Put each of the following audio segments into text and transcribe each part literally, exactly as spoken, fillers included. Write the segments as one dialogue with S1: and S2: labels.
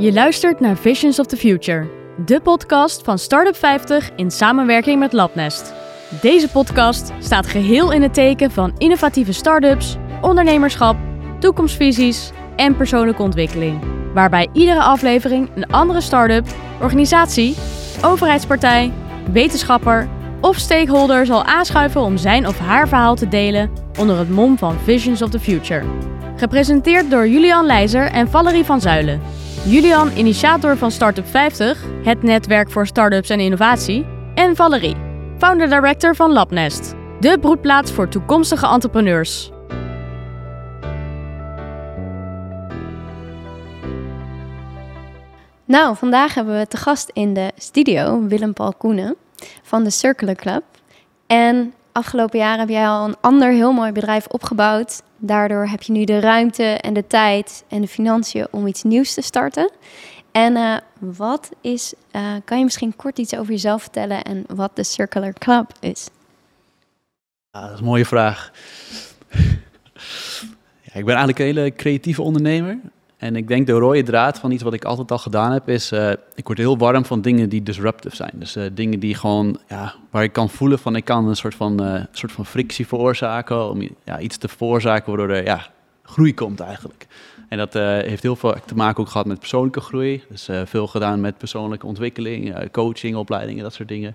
S1: Je luistert naar Visions of the Future, de podcast van Startup vijftig in samenwerking met Labnest. Deze podcast staat geheel in het teken van innovatieve start-ups, ondernemerschap, toekomstvisies en persoonlijke ontwikkeling. Waarbij iedere aflevering een andere start-up, organisatie, overheidspartij, wetenschapper of stakeholder zal aanschuiven om zijn of haar verhaal te delen onder het mom van Visions of the Future. Gepresenteerd door Julian Leijzer en Valerie van Zuilen. Julian, initiator van Startup vijftig, het netwerk voor start-ups en innovatie. En Valerie, founder-director van Labnest, de broedplaats voor toekomstige entrepreneurs.
S2: Nou, vandaag hebben we te gast in de studio Willem-Paul Koenen van de Circular Club. En afgelopen jaar heb jij al een ander heel mooi bedrijf opgebouwd. Daardoor heb je nu de ruimte en de tijd en de financiën om iets nieuws te starten. En uh, wat is, uh, kan je misschien kort iets over jezelf vertellen en wat de Circular Club is?
S3: Ja, dat is een mooie vraag. Ja, ik ben eigenlijk een hele creatieve ondernemer. En ik denk de rode draad van iets wat ik altijd al gedaan heb is, uh, ik word heel warm van dingen die disruptive zijn. Dus uh, dingen die gewoon, ja, waar ik kan voelen van, ik kan een soort van, uh, soort van frictie veroorzaken, om ja, iets te veroorzaken waardoor er ja, groei komt eigenlijk. En dat uh, heeft heel veel te maken ook gehad met persoonlijke groei. Dus uh, veel gedaan met persoonlijke ontwikkeling, uh, coaching, opleidingen, dat soort dingen.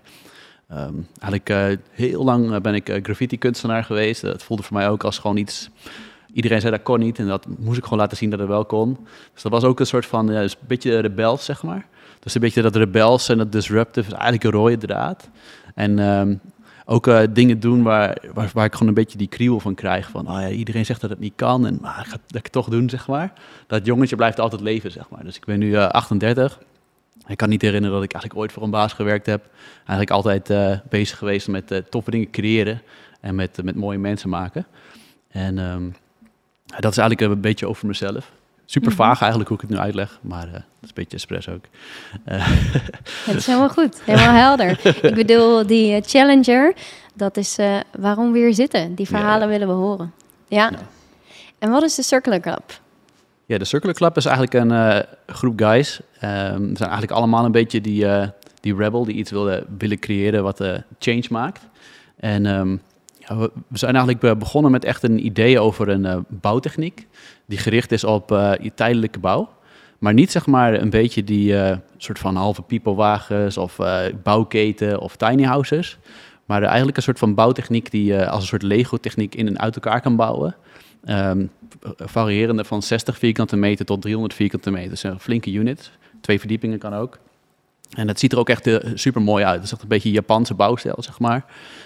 S3: Um, eigenlijk uh, heel lang uh, ben ik uh, graffiti kunstenaar geweest. Dat voelde voor mij ook als gewoon iets. Iedereen zei dat kon niet en dat moest ik gewoon laten zien dat het wel kon. Dus dat was ook een soort van, ja, dus een beetje rebels, zeg maar. Dus een beetje dat rebels en dat disruptive is eigenlijk een rode draad. En um, ook uh, dingen doen waar, waar, waar ik gewoon een beetje die kriebel van krijg. Van, oh ja, iedereen zegt dat het niet kan en maar ik ga dat ik het toch doen, zeg maar. Dat jongetje blijft altijd leven, zeg maar. Dus ik ben nu uh, achtendertig. Ik kan niet herinneren dat ik eigenlijk ooit voor een baas gewerkt heb. Eigenlijk altijd uh, bezig geweest met uh, toffe dingen creëren en met, uh, met mooie mensen maken. En Um, dat is eigenlijk een beetje over mezelf. Super vaag mm-hmm. eigenlijk hoe ik het nu uitleg, maar uh, dat is een beetje expres ook. Uh.
S2: Het is helemaal goed, helemaal helder. Ik bedoel, die uh, Challenger, dat is uh, waarom we hier zitten. Die verhalen ja. willen we horen. Ja. ja. En wat is de Circular Club?
S3: Ja, de Circular Club is eigenlijk een uh, groep guys. Um, we zijn eigenlijk allemaal een beetje die, uh, die rebel die iets willen, willen creëren wat uh, change maakt. En Um, we zijn eigenlijk begonnen met echt een idee over een uh, bouwtechniek die gericht is op uh, tijdelijke bouw. Maar niet zeg maar een beetje die uh, soort van halve pipowagens of uh, bouwketen of tiny houses. Maar uh, eigenlijk een soort van bouwtechniek die uh, als een soort Lego-techniek in en uit elkaar kan bouwen. Um, variërende van zestig vierkante meter tot driehonderd vierkante meter. Dat zijn flinke units. Twee verdiepingen kan ook. En het ziet er ook echt uh, super mooi uit. Het is echt een beetje Japanse bouwstijl, zeg maar.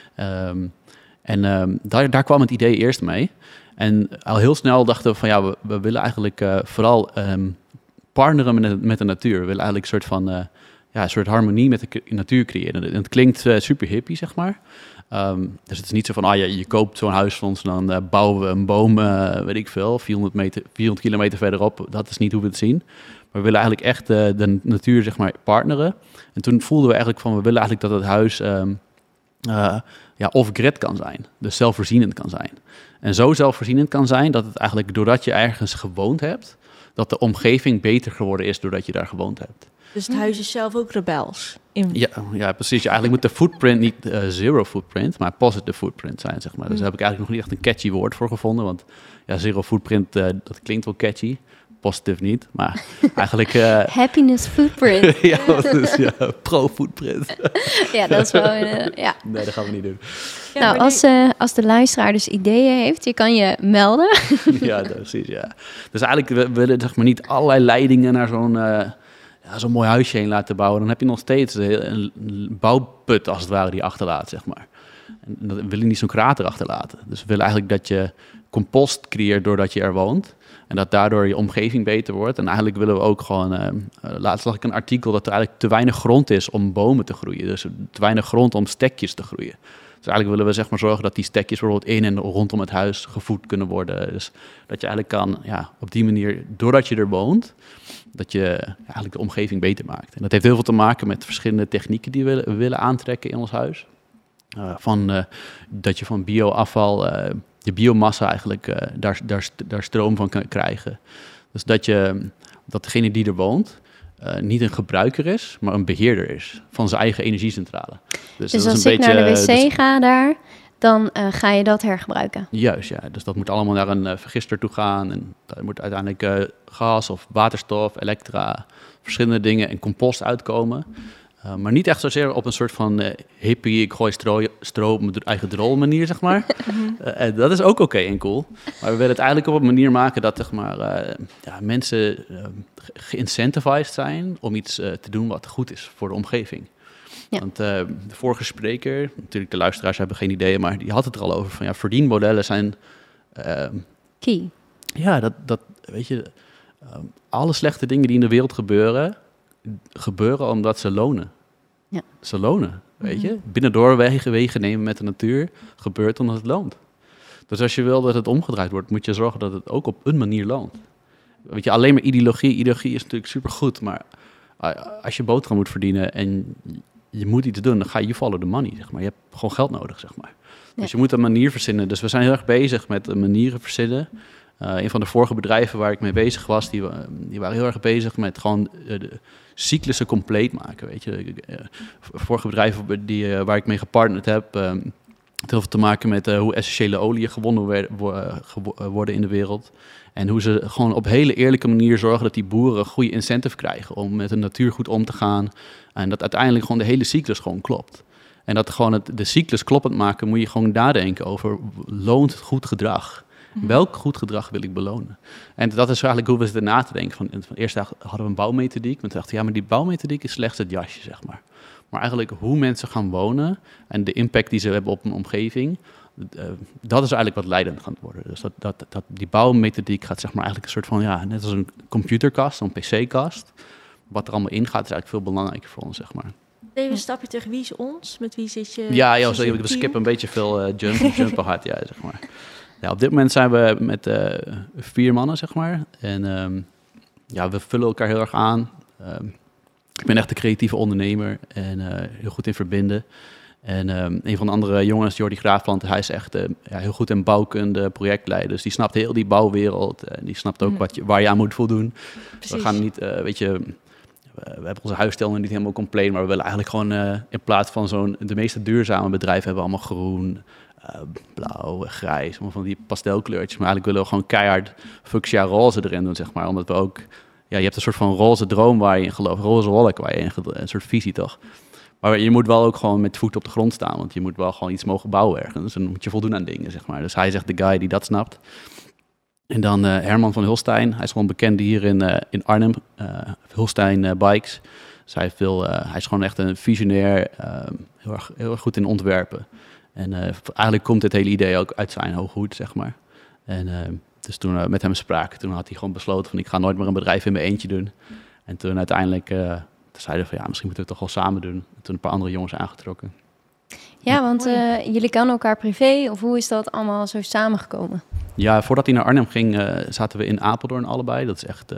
S3: Um, En um, daar, daar kwam het idee eerst mee. En al heel snel dachten we van ja, we, we willen eigenlijk uh, vooral um, partneren met de, met de natuur. We willen eigenlijk een soort van uh, ja, een soort harmonie met de natuur creëren. En het klinkt uh, super hippie, zeg maar. Um, dus het is niet zo van, ah ja, je koopt zo'n huis van ons en dan uh, bouwen we een boom, uh, weet ik veel, vierhonderd, meter, vierhonderd kilometer verderop. Dat is niet hoe we het zien. Maar we willen eigenlijk echt uh, de natuur, zeg maar, partneren. En toen voelden we eigenlijk van, we willen eigenlijk dat het huis Um, Uh, ja, off-grid kan zijn, dus zelfvoorzienend kan zijn. En zo zelfvoorzienend kan zijn dat het eigenlijk doordat je ergens gewoond hebt, dat de omgeving beter geworden is doordat je daar gewoond hebt.
S4: Dus het huis is zelf ook rebels? In...
S3: Ja, ja, precies. Ja, eigenlijk moet de footprint niet uh, zero footprint, maar positive footprint zijn, zeg maar. Dus daar heb ik eigenlijk nog niet echt een catchy woord voor gevonden, want ja, zero footprint, uh, dat klinkt wel catchy. Positief niet, maar eigenlijk Uh...
S2: Happiness footprint.
S3: ja, dus, ja, pro-footprint.
S2: ja, dat is wel Uh, ja.
S3: Nee, dat gaan we niet doen.
S2: Ja, nou, als, uh, als de luisteraar dus ideeën heeft, je kan je melden.
S3: ja, dat, precies, ja. Dus eigenlijk we willen zeg maar niet allerlei leidingen naar zo'n Uh, ja, zo'n mooi huisje heen laten bouwen. Dan heb je nog steeds een bouwput, als het ware, die je achterlaat, zeg maar. En dan wil je niet zo'n krater achterlaten. Dus we willen eigenlijk dat je compost creëert doordat je er woont. En dat daardoor je omgeving beter wordt. En eigenlijk willen we ook gewoon Uh, laatst zag ik een artikel dat er eigenlijk te weinig grond is om bomen te groeien. Dus te weinig grond om stekjes te groeien. Dus eigenlijk willen we zeg maar zorgen dat die stekjes bijvoorbeeld in en rondom het huis gevoed kunnen worden. Dus dat je eigenlijk kan, ja, op die manier, doordat je er woont, dat je ja, eigenlijk de omgeving beter maakt. En dat heeft heel veel te maken met verschillende technieken die we willen, we willen aantrekken in ons huis. Uh, van uh, dat je van bioafval Uh, je biomassa eigenlijk uh, daar, daar, daar stroom van kan krijgen. Dus dat je dat degene die er woont, uh, niet een gebruiker is, maar een beheerder is van zijn eigen energiecentrale. Dus,
S2: dus
S3: dat
S2: als
S3: is een
S2: ik
S3: beetje,
S2: naar de wc
S3: dus,
S2: ga daar, dan uh, ga je dat hergebruiken?
S3: Juist, ja. Dus dat moet allemaal naar een uh, vergister toe gaan. En daar moet uiteindelijk uh, gas of waterstof, elektra, verschillende dingen en compost uitkomen. Uh, maar niet echt zozeer op een soort van uh, hippie, ik gooi stro, stro op mijn eigen drol manier, zeg maar. uh, en dat is ook oké okay en cool. Maar we willen het eigenlijk op een manier maken dat zeg maar, uh, ja, mensen uh, geïncentivized zijn om iets uh, te doen wat goed is voor de omgeving. Ja. Want uh, de vorige spreker, natuurlijk de luisteraars hebben geen idee, maar die had het er al over van ja, verdienmodellen zijn... Uh,
S2: Key.
S3: Ja, dat, dat weet je, uh, alle slechte dingen die in de wereld gebeuren, gebeuren omdat ze lonen.
S2: Ja.
S3: Ze lonen, weet je. Binnendoor wegen, wegen nemen met de natuur gebeurt omdat het loont. Dus als je wil dat het omgedraaid wordt, moet je zorgen dat het ook op een manier loont. Weet je, alleen maar ideologie. Ideologie is natuurlijk supergoed, maar als je boterham moet verdienen en je moet iets doen, dan ga je follow the money, zeg maar. Je hebt gewoon geld nodig, zeg maar. Ja. Dus je moet een manier verzinnen. Dus we zijn heel erg bezig met manieren verzinnen. Uh, een van de vorige bedrijven waar ik mee bezig was, die, die waren heel erg bezig met gewoon uh, de cyclussen compleet maken, weet je. Uh, vorige bedrijven die, uh, waar ik mee gepartnerd heb, um, het heel veel te maken met uh, hoe essentiële oliën gewonnen wer- wo- gewo- worden in de wereld. En hoe ze gewoon op hele eerlijke manier zorgen dat die boeren een goede incentive krijgen om met de natuur goed om te gaan. En dat uiteindelijk gewoon de hele cyclus gewoon klopt. En dat gewoon het, de cyclus kloppend maken, moet je gewoon nadenken over, loont het goed gedrag? Welk goed gedrag wil ik belonen? En dat is eigenlijk hoe we zitten na te denken. Van, van eerst hadden we een bouwmethodiek. Maar toen dachten we, ja, maar die bouwmethodiek is slechts het jasje, zeg maar. Maar eigenlijk hoe mensen gaan wonen en de impact die ze hebben op een omgeving, uh, dat is eigenlijk wat leidend gaat worden. Dus dat, dat, dat die bouwmethodiek gaat, zeg maar, eigenlijk een soort van, ja, net als een computerkast, een pc-kast. Wat er allemaal in gaat, is eigenlijk veel belangrijker voor ons, zeg maar.
S4: Even een stapje terug, wie is ons? Met wie zit je?
S3: Ja, ja zo, we skippen een beetje veel uh, jump, jumpen hard, ja, zeg maar. Ja, op dit moment zijn we met uh, vier mannen, zeg maar. En um, ja, we vullen elkaar heel erg aan. Um, ik ben echt een creatieve ondernemer en uh, heel goed in verbinden. En um, een van de andere jongens, Jordi Graafland, hij is echt uh, ja, heel goed in bouwkunde, projectleider. Dus die snapt heel die bouwwereld. En die snapt ook wat je, waar je aan moet voldoen. Precies. We gaan niet, uh, weet je... We hebben onze huisstijl niet helemaal compleet, maar we willen eigenlijk gewoon uh, in plaats van zo'n... De meeste duurzame bedrijven hebben allemaal groen... Uh, blauw, grijs, allemaal van die pastelkleurtjes. Maar eigenlijk willen we gewoon keihard fuchsia roze erin doen, zeg maar. Omdat we ook... Ja, je hebt een soort van roze droom waar je in gelooft. Roze wolk waar je in gelooft. Een soort visie, toch? Maar je moet wel ook gewoon met voet op de grond staan. Want je moet wel gewoon iets mogen bouwen ergens. Dus dan moet je voldoen aan dingen, zeg maar. Dus hij is echt de guy die dat snapt. En dan uh, Herman van Hulstein. Hij is gewoon bekend hier in, uh, in Arnhem. Uh, Hulstein uh, Bikes. Dus hij, heeft veel, uh, hij is gewoon echt een visionair. Uh, heel, erg, heel erg goed in ontwerpen. En uh, eigenlijk komt dit hele idee ook uit zijn hoge hoed, zeg maar. En uh, dus toen we uh, met hem spraken, toen had hij gewoon besloten van ik ga nooit meer een bedrijf in mijn eentje doen. En toen uiteindelijk uh, toen zeiden we van ja, misschien moeten we het toch wel samen doen. En toen een paar andere jongens aangetrokken.
S2: Ja, want uh, jullie kennen elkaar privé of hoe is dat allemaal zo samengekomen?
S3: Ja, voordat hij naar Arnhem ging, uh, zaten we in Apeldoorn allebei. Dat is echt... Uh,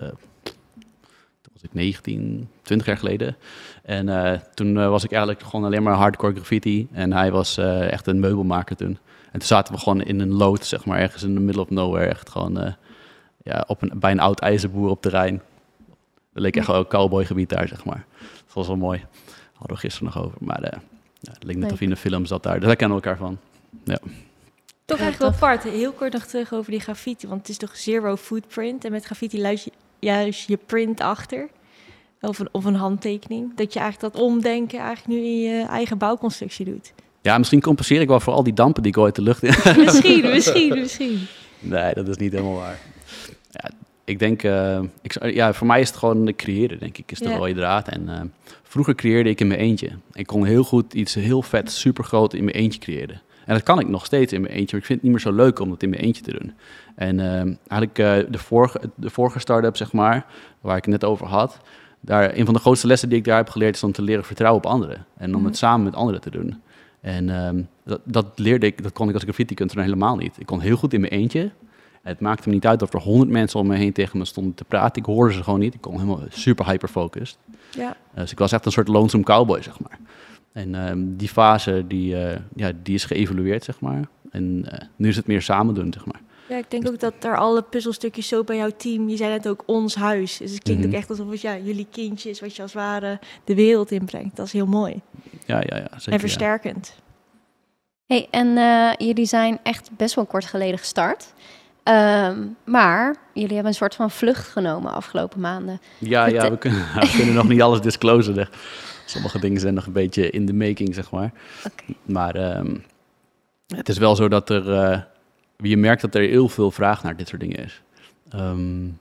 S3: ik negentien, twintig jaar geleden. En uh, toen uh, was ik eigenlijk gewoon alleen maar hardcore graffiti. En hij was uh, echt een meubelmaker toen. En toen zaten we gewoon in een lood, zeg maar, ergens in the middle of nowhere. Echt gewoon uh, ja, op een, bij een oud ijzerboer op terrein. Dat leek echt wel een cowboygebied daar, zeg maar. Dat was wel mooi. Daar hadden we gisteren nog over. Maar uh, ja, het leek net of je in de film zat daar. Dus daar kennen we elkaar van. Ja.
S4: Toch
S2: ja,
S4: eigenlijk wel apart. Heel kort nog terug over die graffiti. Want het is toch zero footprint. En met graffiti luister je juist je print achter. Of een, of een handtekening. Dat je eigenlijk dat omdenken eigenlijk nu in je eigen bouwconstructie doet.
S3: Ja, misschien compenseer ik wel voor al die dampen die ik ooit de lucht in...
S4: Misschien, misschien, misschien.
S3: Nee, dat is niet helemaal waar. Ja, ik denk... Uh, ik, ja, voor mij is het gewoon creëren, denk ik, is de ja. rode draad. En uh, vroeger creëerde ik in mijn eentje. Ik kon heel goed iets heel vet, supergroot in mijn eentje creëren. En dat kan ik nog steeds in mijn eentje, maar ik vind het niet meer zo leuk om dat in mijn eentje te doen. En uh, eigenlijk uh, de, vorige, de vorige start-up, zeg maar, waar ik het net over had... Daar, een van de grootste lessen die ik daar heb geleerd is om te leren vertrouwen op anderen. En om het samen met anderen te doen. En um, dat, dat leerde ik, dat kon ik als graffiti-kunstenaar helemaal niet. Ik kon heel goed in mijn eentje. Het maakte me niet uit of er honderd mensen om me heen tegen me stonden te praten. Ik hoorde ze gewoon niet. Ik kon helemaal super hyperfocused. Ja. Dus ik was echt een soort lonesome cowboy, zeg maar. En um, die fase, die, uh, ja, die is geëvolueerd, zeg maar. En uh, nu is het meer samen doen, zeg maar.
S4: Ja, ik denk ook dat daar alle puzzelstukjes zo bij jouw team, je zei net ook ons huis. Dus het klinkt
S3: Mm-hmm.
S4: ook echt alsof het ja, jullie kindjes, wat je als het ware de wereld inbrengt. Dat is heel mooi.
S3: Ja, ja, ja. Zeker,
S4: en versterkend.
S2: Hey, en uh, jullie zijn echt best wel kort geleden gestart. Um, maar jullie hebben een soort van vlucht genomen afgelopen maanden.
S3: Ja, ja, ja we, kunnen, we kunnen nog niet alles disclosen. Hè. Sommige dingen zijn nog een beetje in de making, zeg maar.
S2: Okay.
S3: Maar um, het is wel zo dat er... Uh, je merkt dat er heel veel vraag naar dit soort dingen is. Um,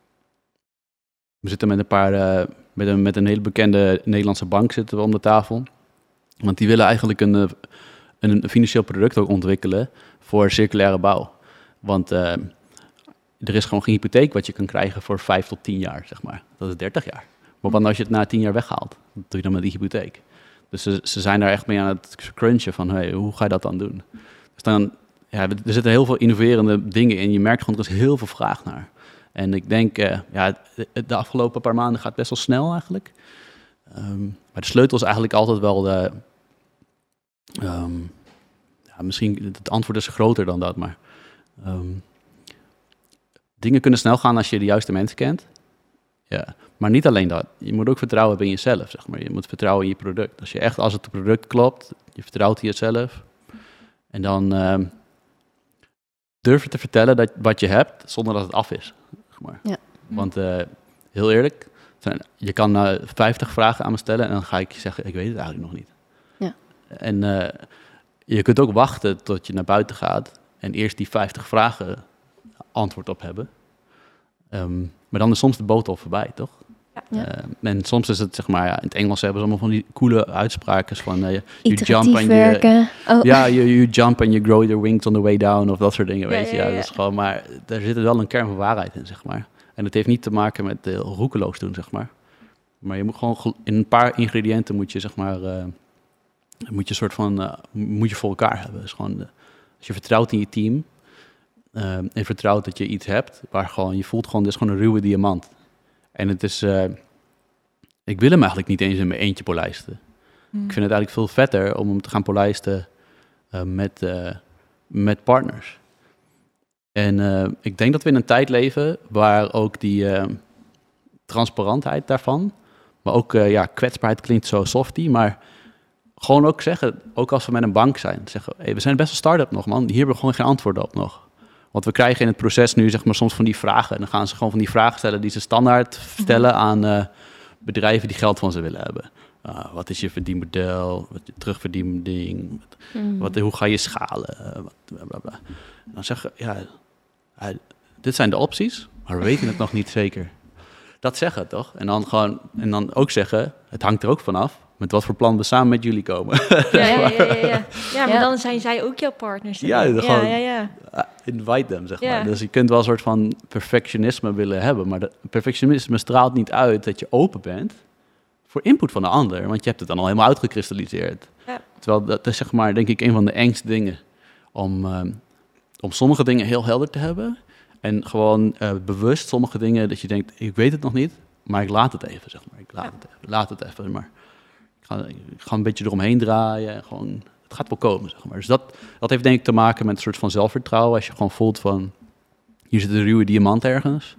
S3: we zitten met een paar... Uh, met, een, met een hele bekende Nederlandse bank zitten we om de tafel. Want die willen eigenlijk een, een, een financieel product ook ontwikkelen voor circulaire bouw. Want uh, er is gewoon geen hypotheek wat je kan krijgen voor vijf tot tien jaar, zeg maar. Dat is dertig jaar. Maar wat als je het na tien jaar weghaalt? Wat doe je dan met die hypotheek? Dus ze, ze zijn daar echt mee aan het crunchen van, hey, hoe ga je dat dan doen? Dus dan, ja, er zitten heel veel innoverende dingen in. Je merkt gewoon, er is heel veel vraag naar. En ik denk, uh, ja, de, de afgelopen paar maanden gaat best wel snel eigenlijk. Um, maar de sleutel is eigenlijk altijd wel de... Um, ja, misschien, het antwoord is groter dan dat, maar... Um, dingen kunnen snel gaan als je de juiste mensen kent. Ja, maar niet alleen dat. Je moet ook vertrouwen hebben in jezelf, zeg maar. Je moet vertrouwen in je product. Als je echt, als het product klopt, je vertrouwt in jezelf. En dan um, durf je te vertellen dat, wat je hebt, zonder dat het af is. Zeg maar.
S2: Ja.
S3: Want uh, heel eerlijk, je kan uh, vijftig vragen aan me stellen en dan ga ik je zeggen, ik weet het eigenlijk nog niet.
S2: Ja.
S3: En uh, je kunt ook wachten tot je naar buiten gaat en eerst die vijftig vragen antwoord op hebben. Um, maar dan is soms de boot al voorbij, toch?
S2: Ja.
S3: Uh, en soms is het, zeg maar, ja, in het Engels hebben ze allemaal van die coole uitspraken van... Uh, you
S2: jump and werken.
S3: You, oh. Ja, you, you jump and you grow your wings on the way down of dat soort dingen, weet
S4: ja,
S3: je.
S4: ja,
S3: Ja,
S4: ja.
S3: dat is gewoon, maar daar zit wel een kern van waarheid in, zeg maar. En het heeft niet te maken met uh, roekeloos doen, zeg maar. Maar je moet gewoon in een paar ingrediënten moet je, zeg maar... Uh, moet je een soort van... Uh, moet je voor elkaar hebben. Dus gewoon, uh, als je vertrouwt in je team... Uh, en vertrouwt dat je iets hebt... waar gewoon, je voelt gewoon, dit is gewoon een ruwe diamant. En het is... Uh, ik wil hem eigenlijk niet eens in mijn eentje polijsten. Hmm. Ik vind het eigenlijk veel vetter om hem te gaan polijsten uh, met, uh, met partners. En uh, ik denk dat we in een tijd leven waar ook die uh, transparantheid daarvan, maar ook uh, ja, kwetsbaarheid klinkt zo softie, maar gewoon ook zeggen, ook als we met een bank zijn, zeggen, hey, we zijn best een start-up nog, man. Hier hebben we gewoon geen antwoorden op nog. Want we krijgen in het proces nu, zeg maar, soms van die vragen. En dan gaan ze gewoon van die vragen stellen die ze standaard stellen aan uh, bedrijven die geld van ze willen hebben. Uh, wat is je verdienmodel? Wat je terugverdiending? Wat, mm. wat, hoe ga je schalen? Uh, wat, bla, bla, bla. En dan zeggen ja, uh, dit zijn de opties, maar we weten het nog niet zeker. Dat zeggen, toch? En dan, gewoon, en dan ook zeggen, het hangt er ook vanaf met wat voor plan we samen met jullie komen.
S4: Ja, ja, ja, ja, ja. ja maar
S2: ja.
S4: dan zijn zij ook jouw partners.
S3: Ja,
S4: ja,
S3: gewoon,
S4: ja, ja.
S3: Uh, invite them, zeg maar.
S4: Ja.
S3: Dus je kunt wel een soort van perfectionisme willen hebben, maar de perfectionisme straalt niet uit dat je open bent voor input van de ander, want je hebt het dan al helemaal uitgekristalliseerd. Ja. Terwijl dat is, zeg maar, denk ik, een van de engste dingen om, uh, om sommige dingen heel helder te hebben en gewoon uh, bewust sommige dingen dat je denkt, ik weet het nog niet, maar ik laat het even, zeg maar. Ik laat, ja. het, even, laat het even, maar ik ga, ik ga een beetje eromheen draaien en gewoon, het gaat wel komen, zeg maar. Dus dat, dat heeft denk ik te maken met een soort van zelfvertrouwen, als je gewoon voelt van, hier zit een ruwe diamant ergens.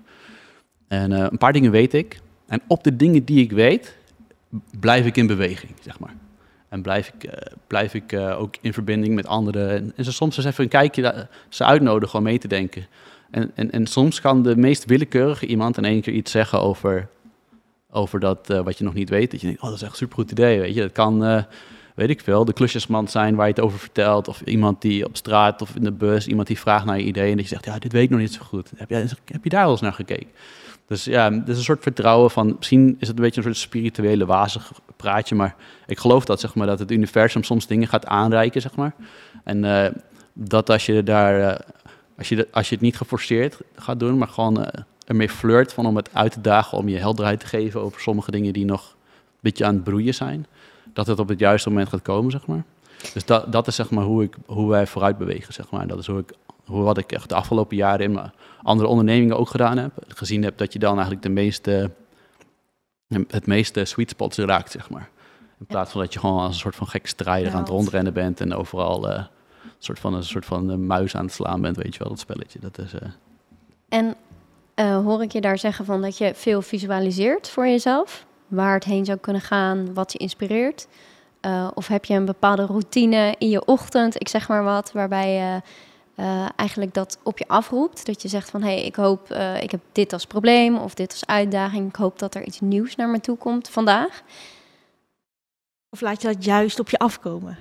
S3: En uh, een paar dingen weet ik. En op de dingen die ik weet, blijf ik in beweging, zeg maar. En blijf ik, uh, blijf ik uh, ook in verbinding met anderen. En, en ze soms eens even een kijkje uh, ze uitnodigen om mee te denken. En, en, en soms kan de meest willekeurige iemand in één keer iets zeggen over, over dat uh, wat je nog niet weet. Dat je denkt, oh, dat is echt een supergoed idee, weet je. Dat kan, uh, weet ik veel, de klusjesman zijn waar je het over vertelt. Of iemand die op straat of in de bus, iemand die vraagt naar je idee. En dat je zegt, ja, dit weet ik nog niet zo goed. Heb je, heb je daar wel eens naar gekeken? Dus ja, het is een soort vertrouwen van, misschien is het een beetje een soort spirituele wazig praatje, maar ik geloof dat, zeg maar, dat het universum soms dingen gaat aanreiken, zeg maar. En uh, dat als je daar, uh, als je, de, als je het niet geforceerd gaat doen, maar gewoon uh, ermee flirt van om het uit te dagen, om je helderheid te geven over sommige dingen die nog een beetje aan het broeien zijn, dat het op het juiste moment gaat komen, zeg maar. Dus dat, dat is, zeg maar, hoe, ik, hoe wij vooruit bewegen, zeg maar. Dat is hoe ik, hoe wat ik echt de afgelopen jaren in mijn andere ondernemingen ook gedaan heb. Gezien heb dat je dan eigenlijk de meeste, het meeste sweet spots raakt, zeg maar. In plaats van dat je gewoon als een soort van gek strijder aan het rondrennen bent en overal uh, soort van een soort van uh, muis aan het slaan bent, weet je wel, dat spelletje. Dat is, uh...
S2: En uh, hoor ik je daar zeggen van dat je veel visualiseert voor jezelf? Waar het heen zou kunnen gaan, wat je inspireert? Uh, of heb je een bepaalde routine in je ochtend, ik zeg maar wat, waarbij je uh, eigenlijk dat op je afroept? Dat je zegt van, hé, hey, ik hoop, uh, ik heb dit als probleem of dit als uitdaging. Ik hoop dat er iets nieuws naar me toe komt vandaag.
S4: Of laat je dat juist op je afkomen?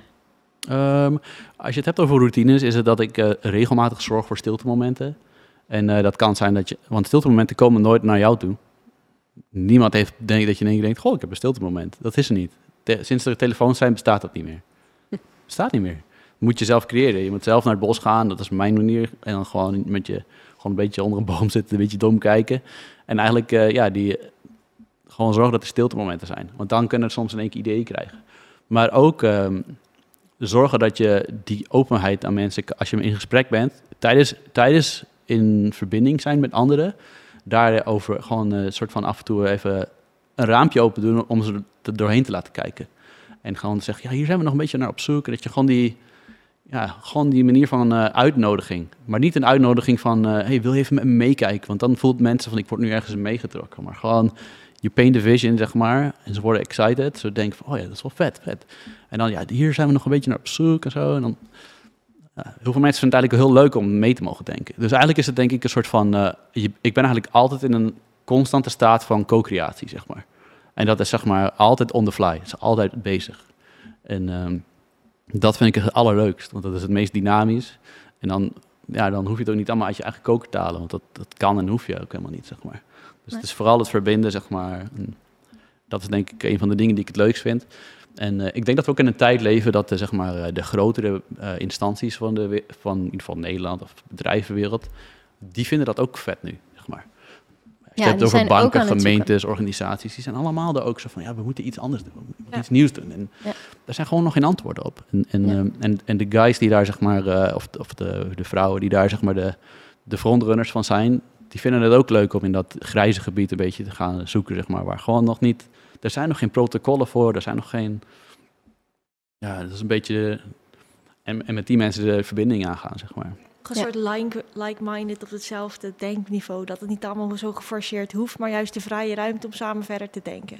S3: Um, als je het hebt over routines, is het dat ik uh, regelmatig zorg voor stiltemomenten. En uh, dat kan zijn dat je... Want stiltemomenten komen nooit naar jou toe. Niemand heeft, denk ik, dat je in één keer denkt, goh, ik heb een stiltemoment. Dat is er niet. De, sinds er telefoons zijn, bestaat dat niet meer. Bestaat niet meer. Dat moet je zelf creëren. Je moet zelf naar het bos gaan, dat is mijn manier. En dan gewoon met je gewoon een beetje onder een boom zitten, een beetje dom kijken. En eigenlijk, uh, ja, die... Gewoon zorgen dat er stiltemomenten zijn. Want dan kunnen er soms in één keer ideeën krijgen. Maar ook um, zorgen dat je die openheid aan mensen... Als je in gesprek bent, tijdens, tijdens in verbinding zijn met anderen... daarover gewoon een uh, soort van af en toe even een raampje open doen... om ze er doorheen te laten kijken. En gewoon zeggen, ja, hier zijn we nog een beetje naar op zoek. En dat je gewoon die, ja, gewoon die manier van uh, uitnodiging... maar niet een uitnodiging van... Uh, hey, wil je even met me meekijken? Want dan voelt mensen van, ik word nu ergens meegetrokken. Maar gewoon... Je paint the vision, zeg maar, en ze worden excited. Ze denken van, oh ja, dat is wel vet, vet. En dan, ja, hier zijn we nog een beetje naar op zoek en zo. En dan, ja, heel veel mensen vinden het eigenlijk heel leuk om mee te mogen denken. Dus eigenlijk is het denk ik een soort van... Uh, je, ik ben eigenlijk altijd in een constante staat van co-creatie, zeg maar. En dat is zeg maar altijd on the fly. Het is altijd bezig. En um, dat vind ik het allerleukst, want dat is het meest dynamisch. En dan, ja, dan hoef je het ook niet allemaal uit je eigen koker te halen, want dat, dat kan en hoef je ook helemaal niet, zeg maar. Dus het is vooral het verbinden, zeg maar. En dat is denk ik een van de dingen die ik het leukst vind. En uh, ik denk dat we ook in een tijd leven dat de, zeg maar, de grotere uh, instanties van, de, van in ieder geval Nederland of bedrijvenwereld, die vinden dat ook vet nu, zeg maar. Als je
S2: Ja,
S3: hebt het over banken, gemeentes,
S2: zoeken.
S3: organisaties, die zijn allemaal er ook zo van, ja, we moeten iets anders doen, we moeten
S4: Ja.
S3: iets nieuws doen. En
S2: Ja.
S3: daar zijn gewoon nog geen antwoorden op. En, en,
S2: Ja.
S3: um, en, en de guys die daar, zeg maar, uh, of, of de, de vrouwen die daar, zeg maar, de, de frontrunners van zijn, die vinden het ook leuk om in dat grijze gebied een beetje te gaan zoeken, zeg maar, waar gewoon nog niet, er zijn nog geen protocollen voor, er zijn nog geen, ja, dat is een beetje, en, en met die mensen de verbinding aangaan, zeg maar.
S4: Een
S2: Ja.
S4: soort like- like-minded op hetzelfde denkniveau. Dat het niet allemaal zo geforceerd hoeft, maar juist de vrije ruimte om samen verder te denken.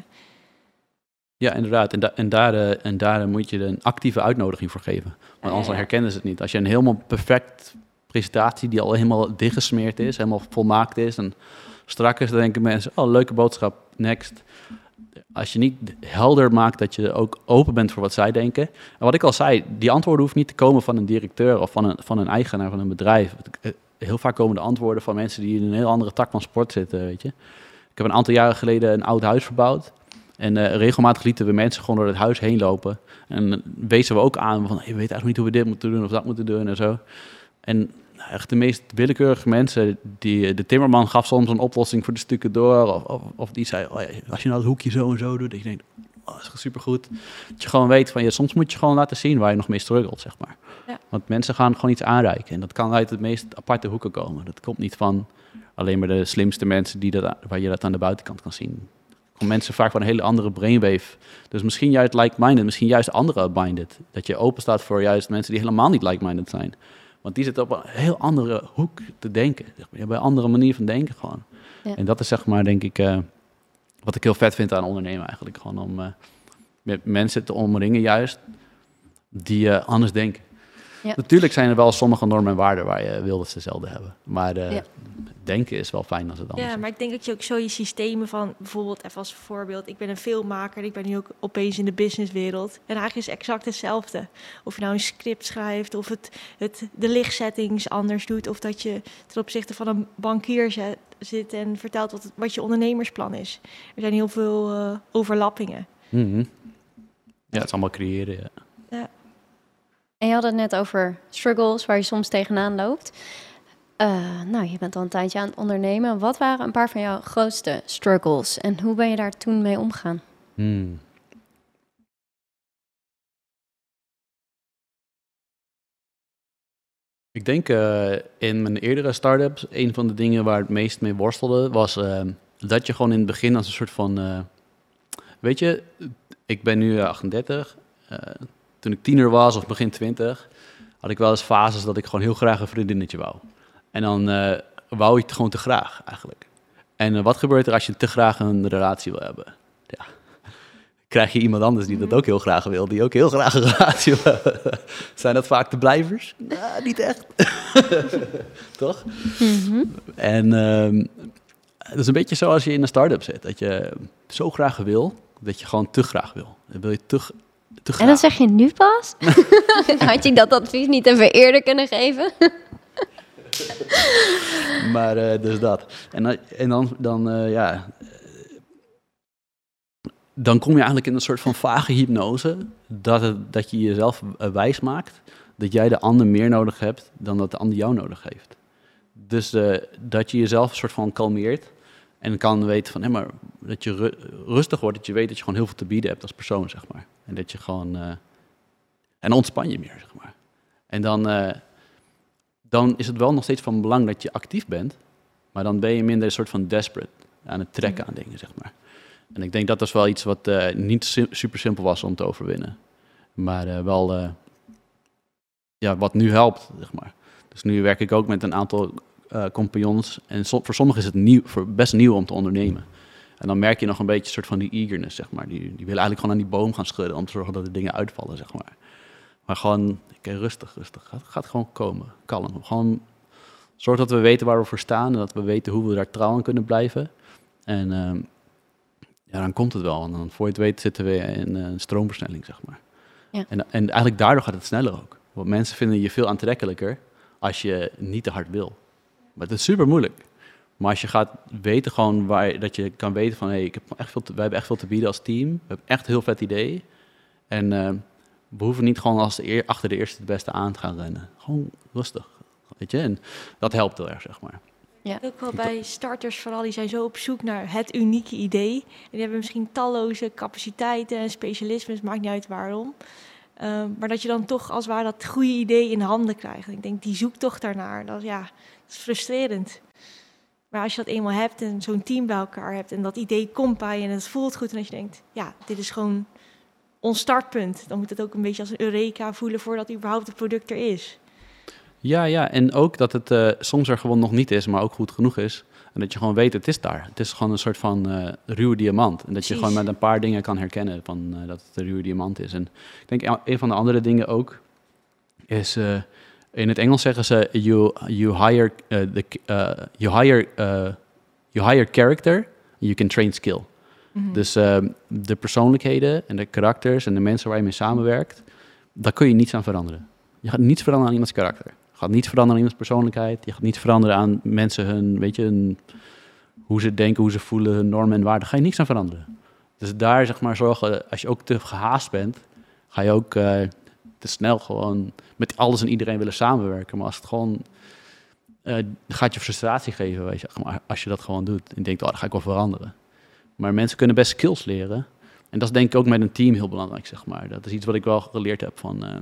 S3: Ja, inderdaad. En, da- en daar, uh, en daar uh, moet je een actieve uitnodiging voor geven. Want
S4: Ja,
S3: anders
S4: ja, ja.
S3: herkennen ze het niet. Als je een helemaal perfect presentatie die al helemaal dichtgesmeerd is, helemaal volmaakt is en strak is, dan denken mensen, oh, leuke boodschap, next. Als je niet helder maakt dat je ook open bent voor wat zij denken. En wat ik al zei, die antwoorden hoeven niet te komen van een directeur of van een, van een eigenaar van een bedrijf. Heel vaak komen de antwoorden van mensen die in een heel andere tak van sport zitten, weet je. Ik heb een aantal jaren geleden een oud huis verbouwd. En uh, regelmatig lieten we mensen gewoon door het huis heen lopen. En wezen we ook aan van, hey, we weten eigenlijk niet hoe we dit moeten doen of dat moeten doen en zo. En echt de meest willekeurige mensen, die, de timmerman gaf soms een oplossing voor de stukken door. Of, of, of die zei, oh ja, als je nou het hoekje zo en zo doet, dat je denkt, oh, dat is supergoed. Dat je gewoon weet van, ja, soms moet je gewoon laten zien waar je nog mee struggelt, zeg maar.
S4: Ja.
S3: Want mensen gaan gewoon iets aanreiken. En dat kan uit de meest aparte hoeken komen. Dat komt niet van alleen maar de slimste mensen die dat, waar je dat aan de buitenkant kan zien. Gewoon mensen vaak van een hele andere brainwave. Dus misschien juist like-minded, misschien juist andere minded. Dat je open staat voor juist mensen die helemaal niet like-minded zijn. Want die zitten op een heel andere hoek te denken. Zeg maar. Die hebben een andere manier van denken gewoon.
S2: Ja.
S3: En dat is zeg maar denk ik uh, wat ik heel vet vind aan ondernemen eigenlijk. Gewoon om uh, met mensen te omringen juist die uh, anders denken.
S2: Ja.
S3: Natuurlijk zijn er wel sommige normen en waarden waar je wil dat ze zelden hebben. Maar uh,
S2: Ja.
S3: denken is wel fijn als het anders
S4: Ja,
S3: is.
S4: maar ik denk dat je ook zo je systemen van, bijvoorbeeld even als voorbeeld, ik ben een filmmaker, ik ben nu ook opeens in de businesswereld. En eigenlijk is het exact hetzelfde. Of je nou een script schrijft, of het, het de lichtsettings anders doet, of dat je ten opzichte van een bankier zet, zit en vertelt wat, het, wat je ondernemersplan is. Er zijn heel veel uh, overlappingen.
S3: Mm-hmm. Ja, het is allemaal creëren, ja.
S2: En je had het net over struggles waar je soms tegenaan loopt. Uh, nou, je bent al een tijdje aan het ondernemen. Wat waren een paar van jouw grootste struggles en hoe ben je daar toen mee omgegaan?
S3: Hmm. Ik denk uh, in mijn eerdere start-ups, een van de dingen waar het meest mee worstelde, was uh, dat je gewoon in het begin als een soort van, uh, weet je, ik ben nu uh, achtendertig, uh, toen ik tiener was of begin twintig, had ik wel eens fases dat ik gewoon heel graag een vriendinnetje wou. En dan uh, wou je het gewoon te graag eigenlijk. En uh, wat gebeurt er als je te graag een relatie wil hebben? Ja, krijg je iemand anders die dat ook heel graag wil, die ook heel graag een relatie wil hebben. Zijn dat vaak de blijvers? Nou, niet echt. Toch?
S2: Mm-hmm.
S3: En um, het is een beetje zoals je in een start-up zit. Dat je zo graag wil, dat je gewoon te graag wil. Dan wil je te, te graag.
S2: En dan zeg je nu pas? Had je dat advies niet even eerder kunnen geven?
S3: Maar uh, dus dat. En, en dan, dan uh, ja... Dan kom je eigenlijk in een soort van vage hypnose, dat, het, dat je jezelf wijs maakt dat jij de ander meer nodig hebt dan dat de ander jou nodig heeft. Dus uh, dat je jezelf een soort van kalmeert en kan weten van, hé, maar dat je ru- rustig wordt, dat je weet dat je gewoon heel veel te bieden hebt als persoon, zeg maar. En dat je gewoon, uh, en dan ontspan je meer, zeg maar. En dan, uh, dan is het wel nog steeds van belang dat je actief bent, maar dan ben je minder een soort van desperate aan het trekken aan dingen, zeg maar. En ik denk dat dat is wel iets wat uh, niet sim- super simpel was om te overwinnen. Maar uh, wel uh, ja, wat nu helpt, zeg maar. Dus nu werk ik ook met een aantal uh, compagnons. En so- voor sommigen is het nieuw, voor best nieuw om te ondernemen. En dan merk je nog een beetje een soort van die eagerness, zeg maar. Die, die willen eigenlijk gewoon aan die boom gaan schudden om te zorgen dat de dingen uitvallen, zeg maar. Maar gewoon, okay, rustig, rustig. Gaat, gaat gewoon komen, kalm. Gewoon zorg dat we weten waar we voor staan en dat we weten hoe we daar trouw aan kunnen blijven. En... Uh, Ja, dan komt het wel. En dan voor je het weet zitten we in een stroomversnelling, zeg maar.
S2: Ja.
S3: En, en eigenlijk daardoor gaat het sneller ook. Want mensen vinden je veel aantrekkelijker als je niet te hard wil. Maar het is super moeilijk. Maar als je gaat weten gewoon waar, dat je kan weten van, hé, hey, ik heb echt veel te, wij hebben echt veel te bieden als team. We hebben echt een heel vet idee. En uh, we hoeven niet gewoon als de eer, achter de eerste het beste aan te gaan rennen. Gewoon rustig, weet je. En dat helpt heel erg, zeg maar.
S4: Ja. Ook wel bij starters vooral, die zijn zo op zoek naar het unieke idee. En die hebben misschien talloze capaciteiten en specialismes, maakt niet uit waarom. Uh, maar dat je dan toch als het ware dat goede idee in handen krijgt. En ik denk, die zoektocht daarnaar, dat, ja, dat is frustrerend. Maar als je dat eenmaal hebt en zo'n team bij elkaar hebt en dat idee komt bij je en het voelt goed en dat je denkt, ja, dit is gewoon ons startpunt. Dan moet het ook een beetje als een eureka voelen voordat überhaupt het product er is.
S3: Ja, ja, en ook dat het uh, soms er gewoon nog niet is, maar ook goed genoeg is. En dat je gewoon weet, het is daar. Het is gewoon een soort van uh, ruwe diamant. En dat Precies. je gewoon met een paar dingen kan herkennen van, uh, dat het een ruwe diamant is. En ik denk, een van de andere dingen ook is... Uh, in het Engels zeggen ze, you, you hire, uh, the, uh, you hire, uh, you hire character, you can train skill. Mm-hmm. Dus uh, de persoonlijkheden en de karakters en de mensen waar je mee samenwerkt, daar kun je niets aan veranderen. Je gaat niets veranderen aan iemands karakter. Je gaat niets veranderen aan iemands persoonlijkheid. Je gaat niets veranderen aan mensen hun, weet je, hun, hoe ze denken, hoe ze voelen, hun normen en waarden. Daar ga je niks aan veranderen. Dus daar, zeg maar, zorgen, als je ook te gehaast bent, ga je ook uh, te snel gewoon met alles en iedereen willen samenwerken. Maar als het gewoon, uh, gaat je frustratie geven, weet je, maar als je dat gewoon doet en denkt, oh, dan ga ik wel veranderen. Maar mensen kunnen best skills leren. En dat is denk ik ook met een team heel belangrijk, zeg maar. Dat is iets wat ik wel geleerd heb van... Uh,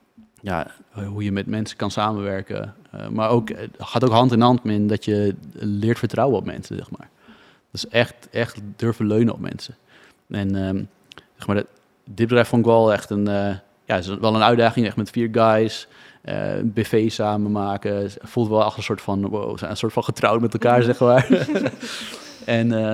S3: Ja, hoe je met mensen kan samenwerken. Uh, maar ook, het gaat ook hand in hand met dat je leert vertrouwen op mensen, zeg maar. Dus echt, echt durven leunen op mensen. En um, zeg maar, dat, dit bedrijf vond ik wel echt een, uh, ja, is wel een uitdaging, echt met vier guys, uh, een B V samen maken. Voelt wel echt een soort van, wow, zijn een soort van getrouwd met elkaar, zeg maar. en, uh,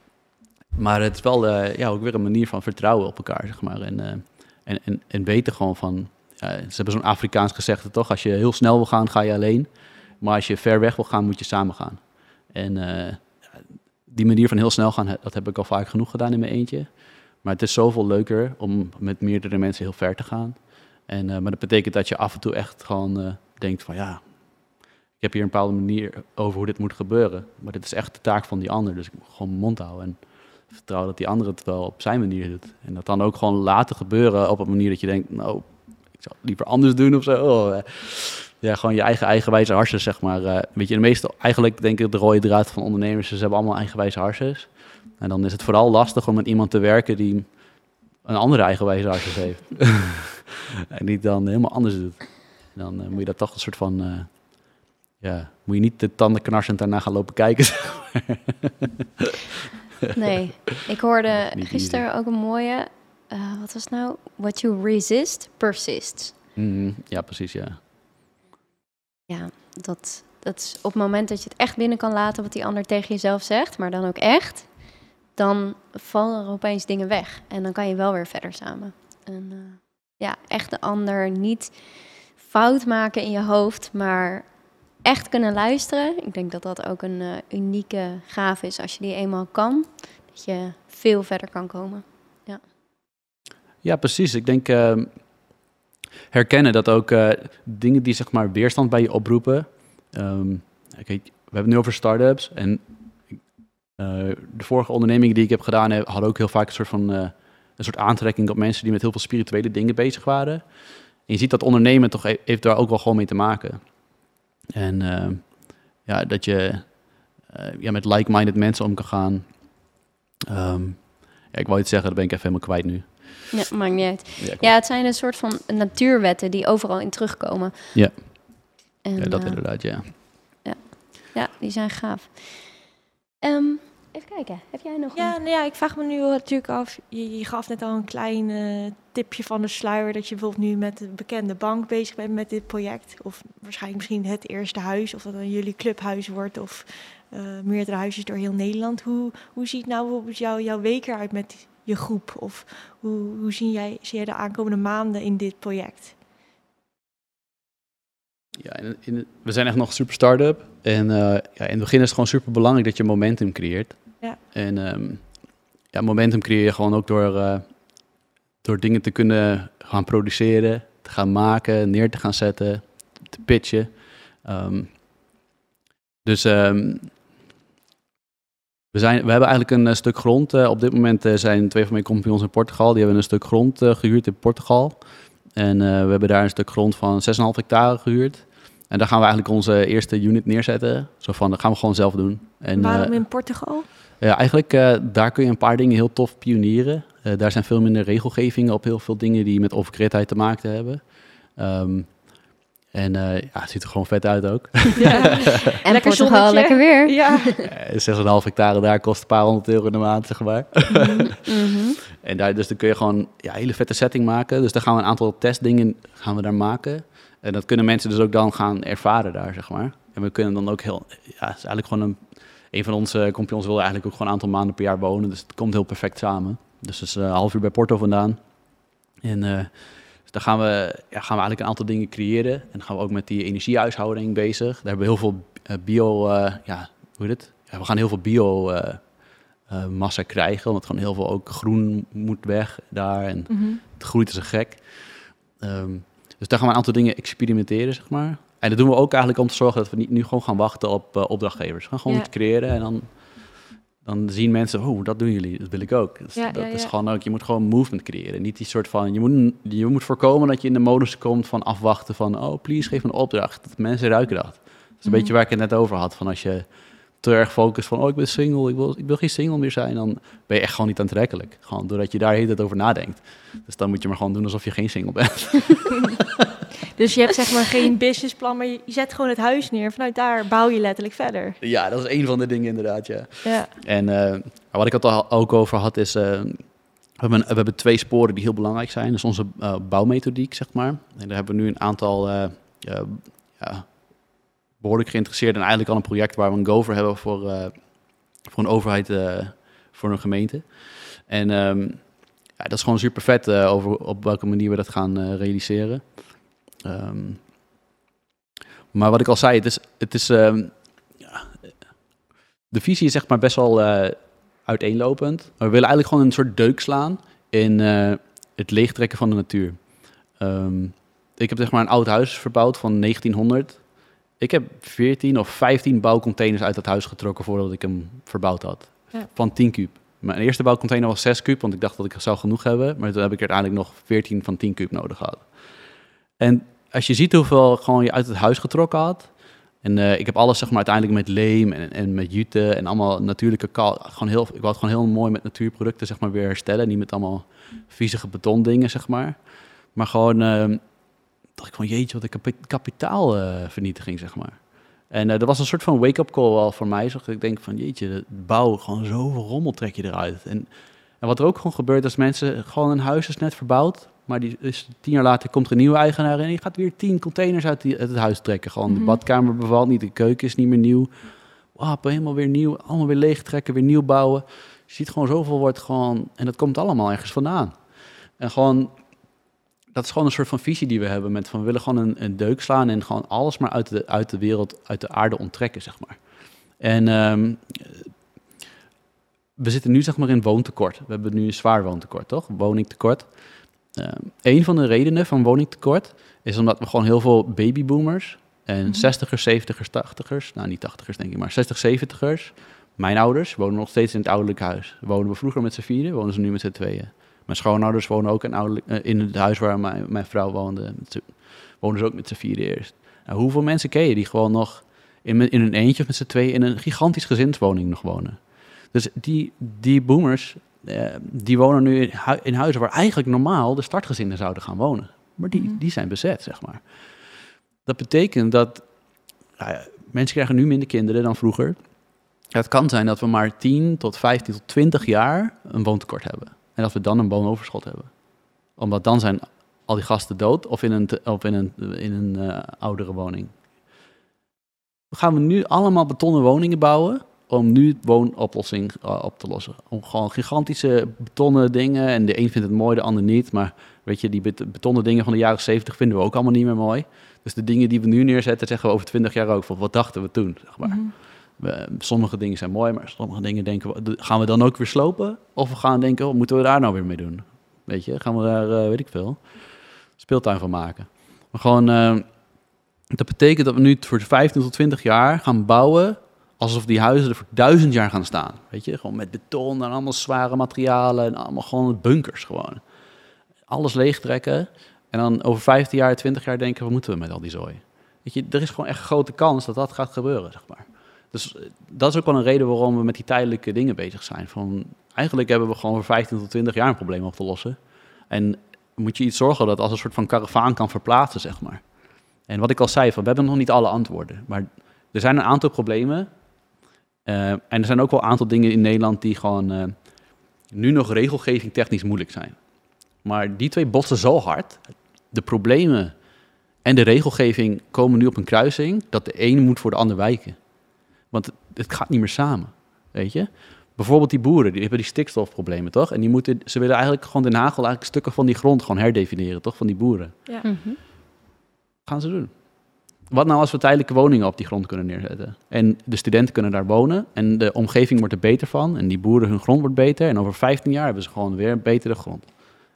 S3: maar het is wel uh, ja, ook weer een manier van vertrouwen op elkaar, zeg maar. En, uh, en, en, en weten gewoon van... Uh, ze hebben zo'n Afrikaans gezegde, toch? Als je heel snel wil gaan, ga je alleen. Maar als je ver weg wil gaan, moet je samen gaan. En uh, die manier van heel snel gaan, dat heb ik al vaak genoeg gedaan in mijn eentje. Maar het is zoveel leuker om met meerdere mensen heel ver te gaan. En, uh, maar dat betekent dat je af en toe echt gewoon uh, denkt van... ja, ik heb hier een bepaalde manier over hoe dit moet gebeuren. Maar dit is echt de taak van die ander. Dus ik moet gewoon mijn mond houden en vertrouwen dat die ander het wel op zijn manier doet. En dat dan ook gewoon laten gebeuren op een manier dat je denkt... nou, ik zou het liever anders doen of zo. Oh, ja, gewoon je eigen eigenwijze harsjes, zeg maar. Uh, weet je, de meeste, eigenlijk denk ik de rode draad van ondernemers... ze hebben allemaal eigenwijze harsjes. En dan is het vooral lastig om met iemand te werken... die een andere eigenwijze harsjes heeft. En die het dan helemaal anders doet. Dan uh, moet je dat toch een soort van... Uh, ja, moet je niet de tanden knarsend daarna gaan lopen kijken. Zeg maar.
S2: Nee, ik hoorde gisteren easy. ook een mooie... Uh, wat was nou? What you resist, persists.
S3: Mm, ja, precies, ja.
S2: ja, dat, dat is op het moment dat je het echt binnen kan laten wat die ander tegen jezelf zegt, maar dan ook echt, dan vallen er opeens dingen weg. En dan kan je wel weer verder samen. En uh, ja, echt de ander niet fout maken in je hoofd, maar echt kunnen luisteren. Ik denk dat dat ook een uh, unieke gave is als je die eenmaal kan. Dat je veel verder kan komen. Ja, ja
S3: precies. Ik denk uh, herkennen dat ook uh, dingen die zeg maar weerstand bij je oproepen. Um, okay, we hebben het nu over start-ups. En uh, de vorige ondernemingen die ik heb gedaan hadden ook heel vaak een soort van uh, een soort aantrekking op mensen die met heel veel spirituele dingen bezig waren. En je ziet dat ondernemen toch e- heeft daar ook wel gewoon mee te maken. En uh, ja, dat je uh, ja, met like-minded mensen om kan gaan. Um, ja, ik wou iets zeggen, dat ben ik even helemaal kwijt nu.
S2: Ja, maakt niet uit. Ja, ja, het zijn een soort van natuurwetten die overal in terugkomen.
S3: Ja,
S2: en,
S3: ja dat uh, inderdaad, ja.
S2: ja. Ja, die zijn gaaf. Um, even kijken, heb jij nog
S4: ja,
S2: een...
S4: nou ja, ik vraag me nu natuurlijk af, je, je gaf net al een klein uh, tipje van de sluier, dat je bijvoorbeeld nu met een bekende bank bezig bent met dit project. Of waarschijnlijk misschien het eerste huis, of dat dan jullie clubhuis wordt, of uh, meerdere huisjes door heel Nederland. Hoe, hoe ziet nou bijvoorbeeld jou, jouw week eruit met je groep? Of hoe, hoe zie jij, zie jij de aankomende maanden in dit project?
S3: Ja, in, in, we zijn echt nog super start-up. En uh, ja, in het begin is het gewoon super belangrijk dat je momentum creëert.
S4: Ja.
S3: En um, ja, momentum creëer je gewoon ook door, uh, door dingen te kunnen gaan produceren, te gaan maken, neer te gaan zetten, te pitchen. Um, dus um, we, zijn, we hebben eigenlijk een uh, stuk grond. Uh, op dit moment uh, zijn twee van mijn compagnons in Portugal. Die hebben een stuk grond uh, gehuurd in Portugal. En uh, we hebben daar een stuk grond van zes komma vijf hectare gehuurd. En daar gaan we eigenlijk onze eerste unit neerzetten. Zo van, dat gaan we gewoon zelf doen. En,
S4: waarom
S3: uh,
S4: in Portugal?
S3: Ja, eigenlijk uh, daar kun je een paar dingen heel tof pionieren. Uh, daar zijn veel minder regelgevingen op heel veel dingen die met overgridheid te maken hebben. Um, en uh, ja, het ziet er gewoon vet uit ook.
S2: Ja. En lekker Portugal, lekker weer.
S4: Ja.
S3: zes komma vijf hectare daar kost een paar honderd euro in de maand, zeg maar. Mm-hmm. En daar, dus dan kun je gewoon ja, een hele vette setting maken. Dus daar gaan we een aantal testdingen gaan we daar maken. En dat kunnen mensen dus ook dan gaan ervaren daar, zeg maar. En we kunnen dan ook heel... Ja, het is eigenlijk gewoon een... Een van onze compagnons wil eigenlijk ook gewoon een aantal maanden per jaar wonen. Dus het komt heel perfect samen. Dus het is een half uur bij Porto vandaan. En uh, dus daar gaan we, ja, gaan we eigenlijk een aantal dingen creëren. En dan gaan we ook met die energiehuishouding bezig. Daar hebben we heel veel uh, bio... Uh, ja, hoe heet het? Ja, we gaan heel veel bio... Uh, Uh, massa krijgen, omdat gewoon heel veel ook groen moet weg daar en mm-hmm. het groeit als een gek. Um, dus daar gaan we een aantal dingen experimenteren, zeg maar. En dat doen we ook eigenlijk om te zorgen dat we niet nu gewoon gaan wachten op uh, opdrachtgevers. We gaan gewoon ja. iets creëren en dan, dan zien mensen, oh, dat doen jullie, dat wil ik ook. Dus
S4: ja,
S3: dat
S4: ja,
S3: is
S4: ja.
S3: gewoon ook, je moet gewoon movement creëren. Niet die soort van, je moet, je moet voorkomen dat je in de modus komt van afwachten van, oh, please, geef me een opdracht. Dat mensen ruiken dat. Dat is een mm-hmm. beetje waar ik het net over had, van als je te erg focust van, oh, ik ben single, ik wil, ik wil geen single meer zijn, dan ben je echt gewoon niet aantrekkelijk. Gewoon doordat je daar heel het over nadenkt. Dus dan moet je maar gewoon doen alsof je geen single bent.
S4: Dus je hebt zeg maar geen businessplan, maar je zet gewoon het huis neer. Vanuit daar bouw je letterlijk verder.
S3: Ja, dat is een van de dingen inderdaad, ja.
S4: ja.
S3: En uh, wat ik het al ook over had is, uh, we, hebben, we hebben twee sporen die heel belangrijk zijn. Dat is onze uh, bouwmethodiek, zeg maar. En daar hebben we nu een aantal... Uh, uh, ja, behoorlijk geïnteresseerd en eigenlijk al een project waar we een go voor hebben voor, uh, voor een overheid, uh, voor een gemeente. En um, ja, dat is gewoon super vet uh, over op welke manier we dat gaan uh, realiseren. Um, maar wat ik al zei, het is, het is um, ja, de visie is zeg maar best wel uh, uiteenlopend. Maar we willen eigenlijk gewoon een soort deuk slaan in uh, het leegtrekken van de natuur. Um, ik heb zeg maar een oud huis verbouwd van negentienhonderd. Ik heb veertien of vijftien bouwcontainers uit dat huis getrokken voordat ik hem verbouwd had. Ja. Van tien kuub. Mijn eerste bouwcontainer was zes kuub, want ik dacht dat ik zou genoeg hebben. Maar toen heb ik er uiteindelijk nog veertien van tien kuub nodig gehad. En als je ziet hoeveel gewoon je uit het huis getrokken had. En uh, ik heb alles zeg maar uiteindelijk met leem en, en met jute en allemaal natuurlijke kal. Gewoon heel, ik wou het gewoon heel mooi met natuurproducten zeg maar weer herstellen. Niet met allemaal viezige betondingen zeg maar. Maar gewoon... Uh, dacht ik van, jeetje, wat een kapitaalvernietiging, uh, zeg maar. En uh, dat was een soort van wake-up call al voor mij. Zo, ik denk van, jeetje, de bouw, gewoon zoveel rommel trek je eruit. En, en wat er ook gewoon gebeurt, is mensen, gewoon een huis is net verbouwd. Maar die is, tien jaar later komt er een nieuwe eigenaar en die gaat weer tien containers uit, die, uit het huis trekken. Gewoon mm-hmm. de badkamer bevalt niet, de keuken is niet meer nieuw. Wap, helemaal weer nieuw, allemaal weer leeg trekken, weer nieuw bouwen. Je ziet gewoon zoveel wordt gewoon... En dat komt allemaal ergens vandaan. En gewoon... Dat is gewoon een soort van visie die we hebben met van we willen gewoon een, een deuk slaan en gewoon alles maar uit de, uit de wereld, uit de aarde onttrekken, zeg maar. En um, we zitten nu zeg maar in woontekort. We hebben nu een zwaar woontekort, toch? Woningtekort. Um, een van de redenen van woningtekort is omdat we gewoon heel veel babyboomers en mm-hmm. zestigers, zeventigers, tachtigers, nou niet tachtigers denk ik, maar zestig, zeventigers, mijn ouders wonen nog steeds in het ouderlijk huis. Wonen we vroeger met z'n vieren, wonen ze nu met z'n tweeën. Mijn schoonouders wonen ook in, ouderlijk, uh, in het huis waar mijn, mijn vrouw woonde. Wonen ze ook met z'n vieren eerst. Nou, hoeveel mensen ken je die gewoon nog in, in een eentje of met z'n tweeën in een gigantisch gezinswoning nog wonen? Dus die, die boomers, uh, die wonen nu in, hu- in huizen waar eigenlijk normaal de startgezinnen zouden gaan wonen. Maar die, mm-hmm. die zijn bezet, zeg maar. Dat betekent dat nou ja, mensen krijgen nu minder kinderen dan vroeger. Het kan zijn dat we maar tien tot vijftien tot twintig jaar een woontekort hebben. En dat we dan een woonoverschot hebben. Omdat dan zijn al die gasten dood of in een, te, of in een, in een uh, oudere woning. Dan gaan we nu allemaal betonnen woningen bouwen om nu de woonoplossing uh, op te lossen. Om gewoon gigantische betonnen dingen. En de een vindt het mooi, de ander niet. Maar weet je, die bet- betonnen dingen van de jaren zeventig vinden we ook allemaal niet meer mooi. Dus de dingen die we nu neerzetten, zeggen we over twintig jaar ook van wat dachten we toen, zeg maar. Mm-hmm. We, sommige dingen zijn mooi, maar sommige dingen denken we, gaan we dan ook weer slopen? Of we gaan denken, wat moeten we daar nou weer mee doen? Weet je, gaan we daar, uh, weet ik veel, speeltuin van maken. Maar gewoon, uh, dat betekent dat we nu voor vijftien tot twintig jaar gaan bouwen alsof die huizen er voor duizend jaar gaan staan. Weet je, gewoon met beton en allemaal zware materialen en allemaal gewoon bunkers gewoon. Alles leegtrekken en dan over vijftien jaar, twintig jaar denken, wat moeten we met al die zooi? Weet je, er is gewoon echt een grote kans dat dat gaat gebeuren, zeg maar. Dus dat is ook wel een reden waarom we met die tijdelijke dingen bezig zijn. Van, eigenlijk hebben we gewoon voor vijftien tot twintig jaar een probleem op te lossen. En moet je iets zorgen dat als een soort van karavaan kan verplaatsen, zeg maar. En wat ik al zei, van, we hebben nog niet alle antwoorden. Maar er zijn een aantal problemen. Uh, en er zijn ook wel een aantal dingen in Nederland die gewoon uh, nu nog regelgeving technisch moeilijk zijn. Maar die twee botsen zo hard. De problemen en de regelgeving komen nu op een kruising dat de ene moet voor de ander wijken. Want het gaat niet meer samen, weet je. Bijvoorbeeld die boeren, die hebben die stikstofproblemen, toch? En die moeten, ze willen eigenlijk gewoon Den Haag eigenlijk stukken van die grond gewoon herdefiniëren, toch? Van die boeren.
S4: Ja. Mm-hmm.
S3: Gaan ze doen. Wat nou als we tijdelijke woningen op die grond kunnen neerzetten? En de studenten kunnen daar wonen en de omgeving wordt er beter van. En die boeren, hun grond wordt beter. En over vijftien jaar hebben ze gewoon weer een betere grond.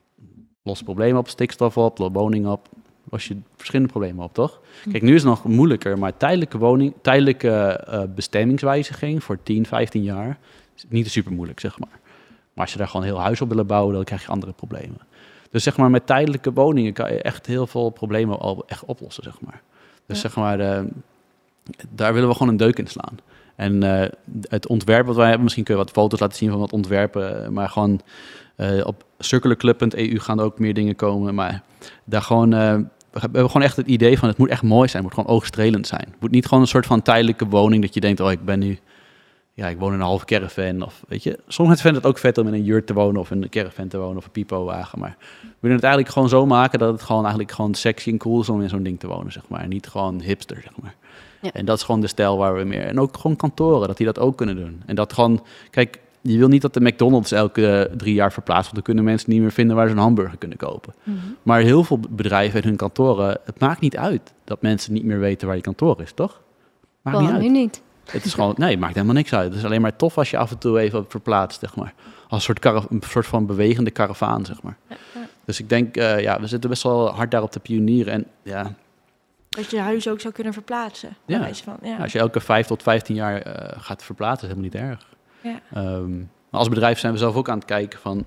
S3: Los problemen op, stikstof op, los woningen op. Los je verschillende problemen op, toch? Kijk, nu is het nog moeilijker, maar tijdelijke woning, tijdelijke uh, bestemmingswijziging voor tien, vijftien jaar is niet super moeilijk, zeg maar. Maar als je daar gewoon een heel huis op willen bouwen, dan krijg je andere problemen. Dus zeg maar, met tijdelijke woningen kan je echt heel veel problemen al echt oplossen, zeg maar. Dus ja. zeg maar, uh, daar willen we gewoon een deuk in slaan. En uh, het ontwerp wat wij hebben, misschien kun je wat foto's laten zien van wat ontwerpen, maar gewoon uh, op circularclub punt e u gaan er ook meer dingen komen, maar daar gewoon... Uh, we hebben gewoon echt het idee van het moet echt mooi zijn, het moet gewoon oogstrelend zijn. Het moet niet gewoon een soort van tijdelijke woning dat je denkt, oh ik ben nu, ja ik woon in een halve caravan of weet je. Sommige mensen vinden het ook vet om in een jurt te wonen of in een caravan te wonen of een pipowagen, maar we willen het eigenlijk gewoon zo maken dat het gewoon eigenlijk gewoon sexy en cool is om in zo'n ding te wonen, zeg maar. En niet gewoon hipster, zeg maar. Ja. En dat is gewoon de stijl waar we meer, en ook gewoon kantoren, dat die dat ook kunnen doen. En dat gewoon, kijk, je wil niet dat de McDonald's elke drie jaar verplaatst, want dan kunnen mensen niet meer vinden waar ze een hamburger kunnen kopen. Mm-hmm. Maar heel veel bedrijven en hun kantoren, het maakt niet uit dat mensen niet meer weten waar je kantoor is, toch? Maakt
S2: well,
S3: niet uit.
S2: Nu niet.
S3: Het is gewoon, nee, het maakt helemaal niks uit. Het is alleen maar tof als je af en toe even verplaatst, zeg maar. Als een soort, kara- een soort van bewegende karavaan, zeg maar. Ja, ja. Dus ik denk, uh, ja, we zitten best wel hard daarop te pionieren en ja...
S4: Dat je huis ook zou kunnen verplaatsen.
S3: Ja.
S4: Van, ja.
S3: Als je elke vijf tot vijftien jaar uh, gaat verplaatsen, is helemaal niet erg. Ja. Um, maar als bedrijf zijn we zelf ook aan het kijken van...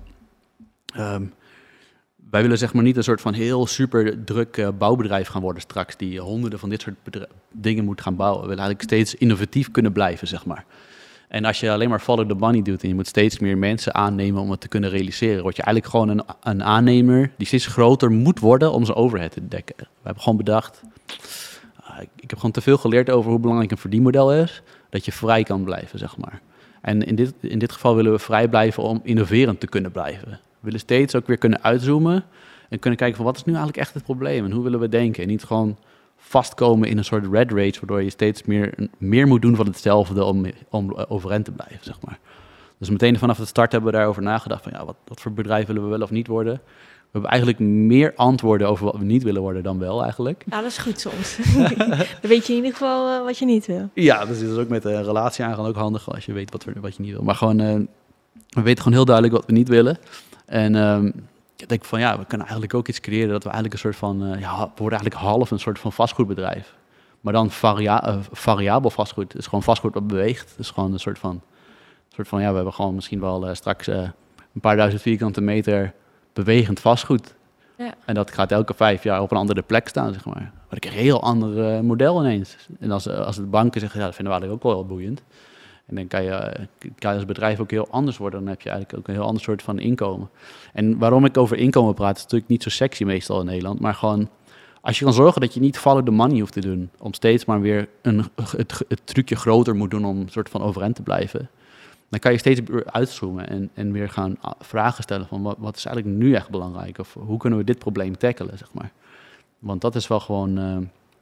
S3: Um, wij willen zeg maar niet een soort van heel super druk uh, bouwbedrijf gaan worden straks... die honderden van dit soort bedrijf, dingen moet gaan bouwen. We willen eigenlijk steeds innovatief kunnen blijven, zeg maar. En als je alleen maar follow the money doet... en je moet steeds meer mensen aannemen om het te kunnen realiseren... word je eigenlijk gewoon een, een aannemer die steeds groter moet worden... om zijn overhead te dekken. We hebben gewoon bedacht... Uh, ik, ik heb gewoon te veel geleerd over hoe belangrijk een verdienmodel is... dat je vrij kan blijven, zeg maar. En in dit, in dit geval willen we vrij blijven om innoverend te kunnen blijven. We willen steeds ook weer kunnen uitzoomen En kunnen kijken van wat is nu eigenlijk echt het probleem en hoe willen we denken. En niet gewoon vastkomen in een soort red race, waardoor je steeds meer, meer moet doen van hetzelfde om, om overeind te blijven, zeg maar. Dus meteen vanaf de start hebben we daarover nagedacht van ja, wat, wat voor bedrijf willen we wel of niet worden. We hebben eigenlijk meer antwoorden over wat we niet willen worden dan wel eigenlijk.
S4: Ja, dat is goed soms. Dan weet je in ieder geval uh, wat je niet wil.
S3: Ja, dus dat is ook met een relatie aangaan ook handig als je weet wat, wat je niet wil. Maar gewoon, uh, we weten gewoon heel duidelijk wat we niet willen. En um, ik denk van ja, we kunnen eigenlijk ook iets creëren dat we eigenlijk een soort van, uh, ja, we worden eigenlijk half een soort van vastgoedbedrijf. Maar dan varia- uh, variabel vastgoed. Het is gewoon vastgoed wat beweegt. Het is gewoon een soort van, soort van ja, we hebben gewoon misschien wel uh, straks uh, een paar duizend vierkante meter bewegend vastgoed. Ja. En dat gaat elke vijf jaar op een andere plek staan, zeg maar. Wat ik een heel ander uh, model ineens. En als, als de banken zeggen, ja, dat vinden we eigenlijk ook wel heel boeiend. En dan kan je, kan je als bedrijf ook heel anders worden. Dan heb je eigenlijk ook een heel ander soort van inkomen. En waarom ik over inkomen praat, is natuurlijk niet zo sexy meestal in Nederland. Maar gewoon, als je kan zorgen dat je niet follow the money hoeft te doen. Om steeds maar weer een, het, het trucje groter moet doen om een soort van overeind te blijven. Dan kan je steeds weer uitzoomen en, en weer gaan vragen stellen van wat, wat is eigenlijk nu echt belangrijk? Of hoe kunnen we dit probleem tackelen, zeg maar. Want dat is wel gewoon... Uh,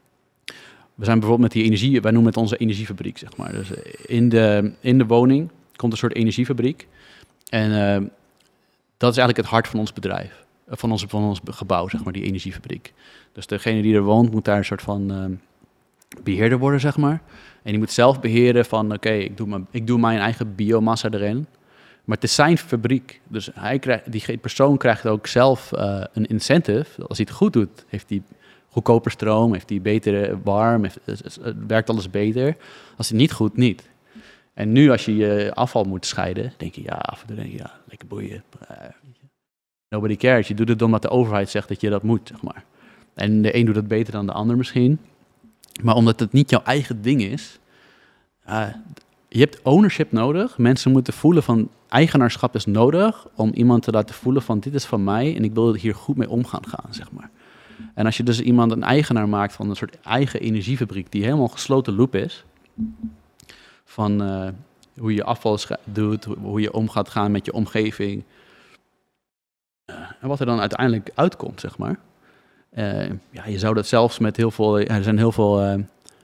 S3: we zijn bijvoorbeeld met die energie, wij noemen het onze energiefabriek, zeg maar. Dus in de, in de woning komt een soort energiefabriek. En uh, dat is eigenlijk het hart van ons bedrijf. Van ons, van ons gebouw, zeg maar, die energiefabriek. Dus degene die er woont moet daar een soort van uh, beheerder worden, zeg maar. En die moet zelf beheren van, oké, okay, ik, doe mijn, ik doe mijn eigen biomassa erin. Maar het is zijn fabriek. Dus hij krijgt, die persoon krijgt ook zelf uh, een incentive. Als hij het goed doet, heeft hij goedkoper stroom, heeft hij betere warm, heeft, werkt alles beter. Als hij het niet goed, niet. En nu als je je afval moet scheiden, denk je, ja, af en toe denk je, ja, lekker boeien. Uh, nobody cares. Je doet het omdat de overheid zegt dat je dat moet, zeg maar. En de een doet het beter dan de ander misschien. Maar omdat het niet jouw eigen ding is, uh, je hebt ownership nodig. Mensen moeten voelen van eigenaarschap is nodig om iemand te laten voelen van dit is van mij en ik wil hier goed mee omgaan gaan, zeg maar. En als je dus iemand een eigenaar maakt van een soort eigen energiefabriek die helemaal gesloten loop is, van uh, hoe je afval doet, hoe je om gaat gaan met je omgeving uh, en wat er dan uiteindelijk uitkomt, zeg maar. Uh, ja, je zou dat zelfs met heel veel, er zijn heel veel uh,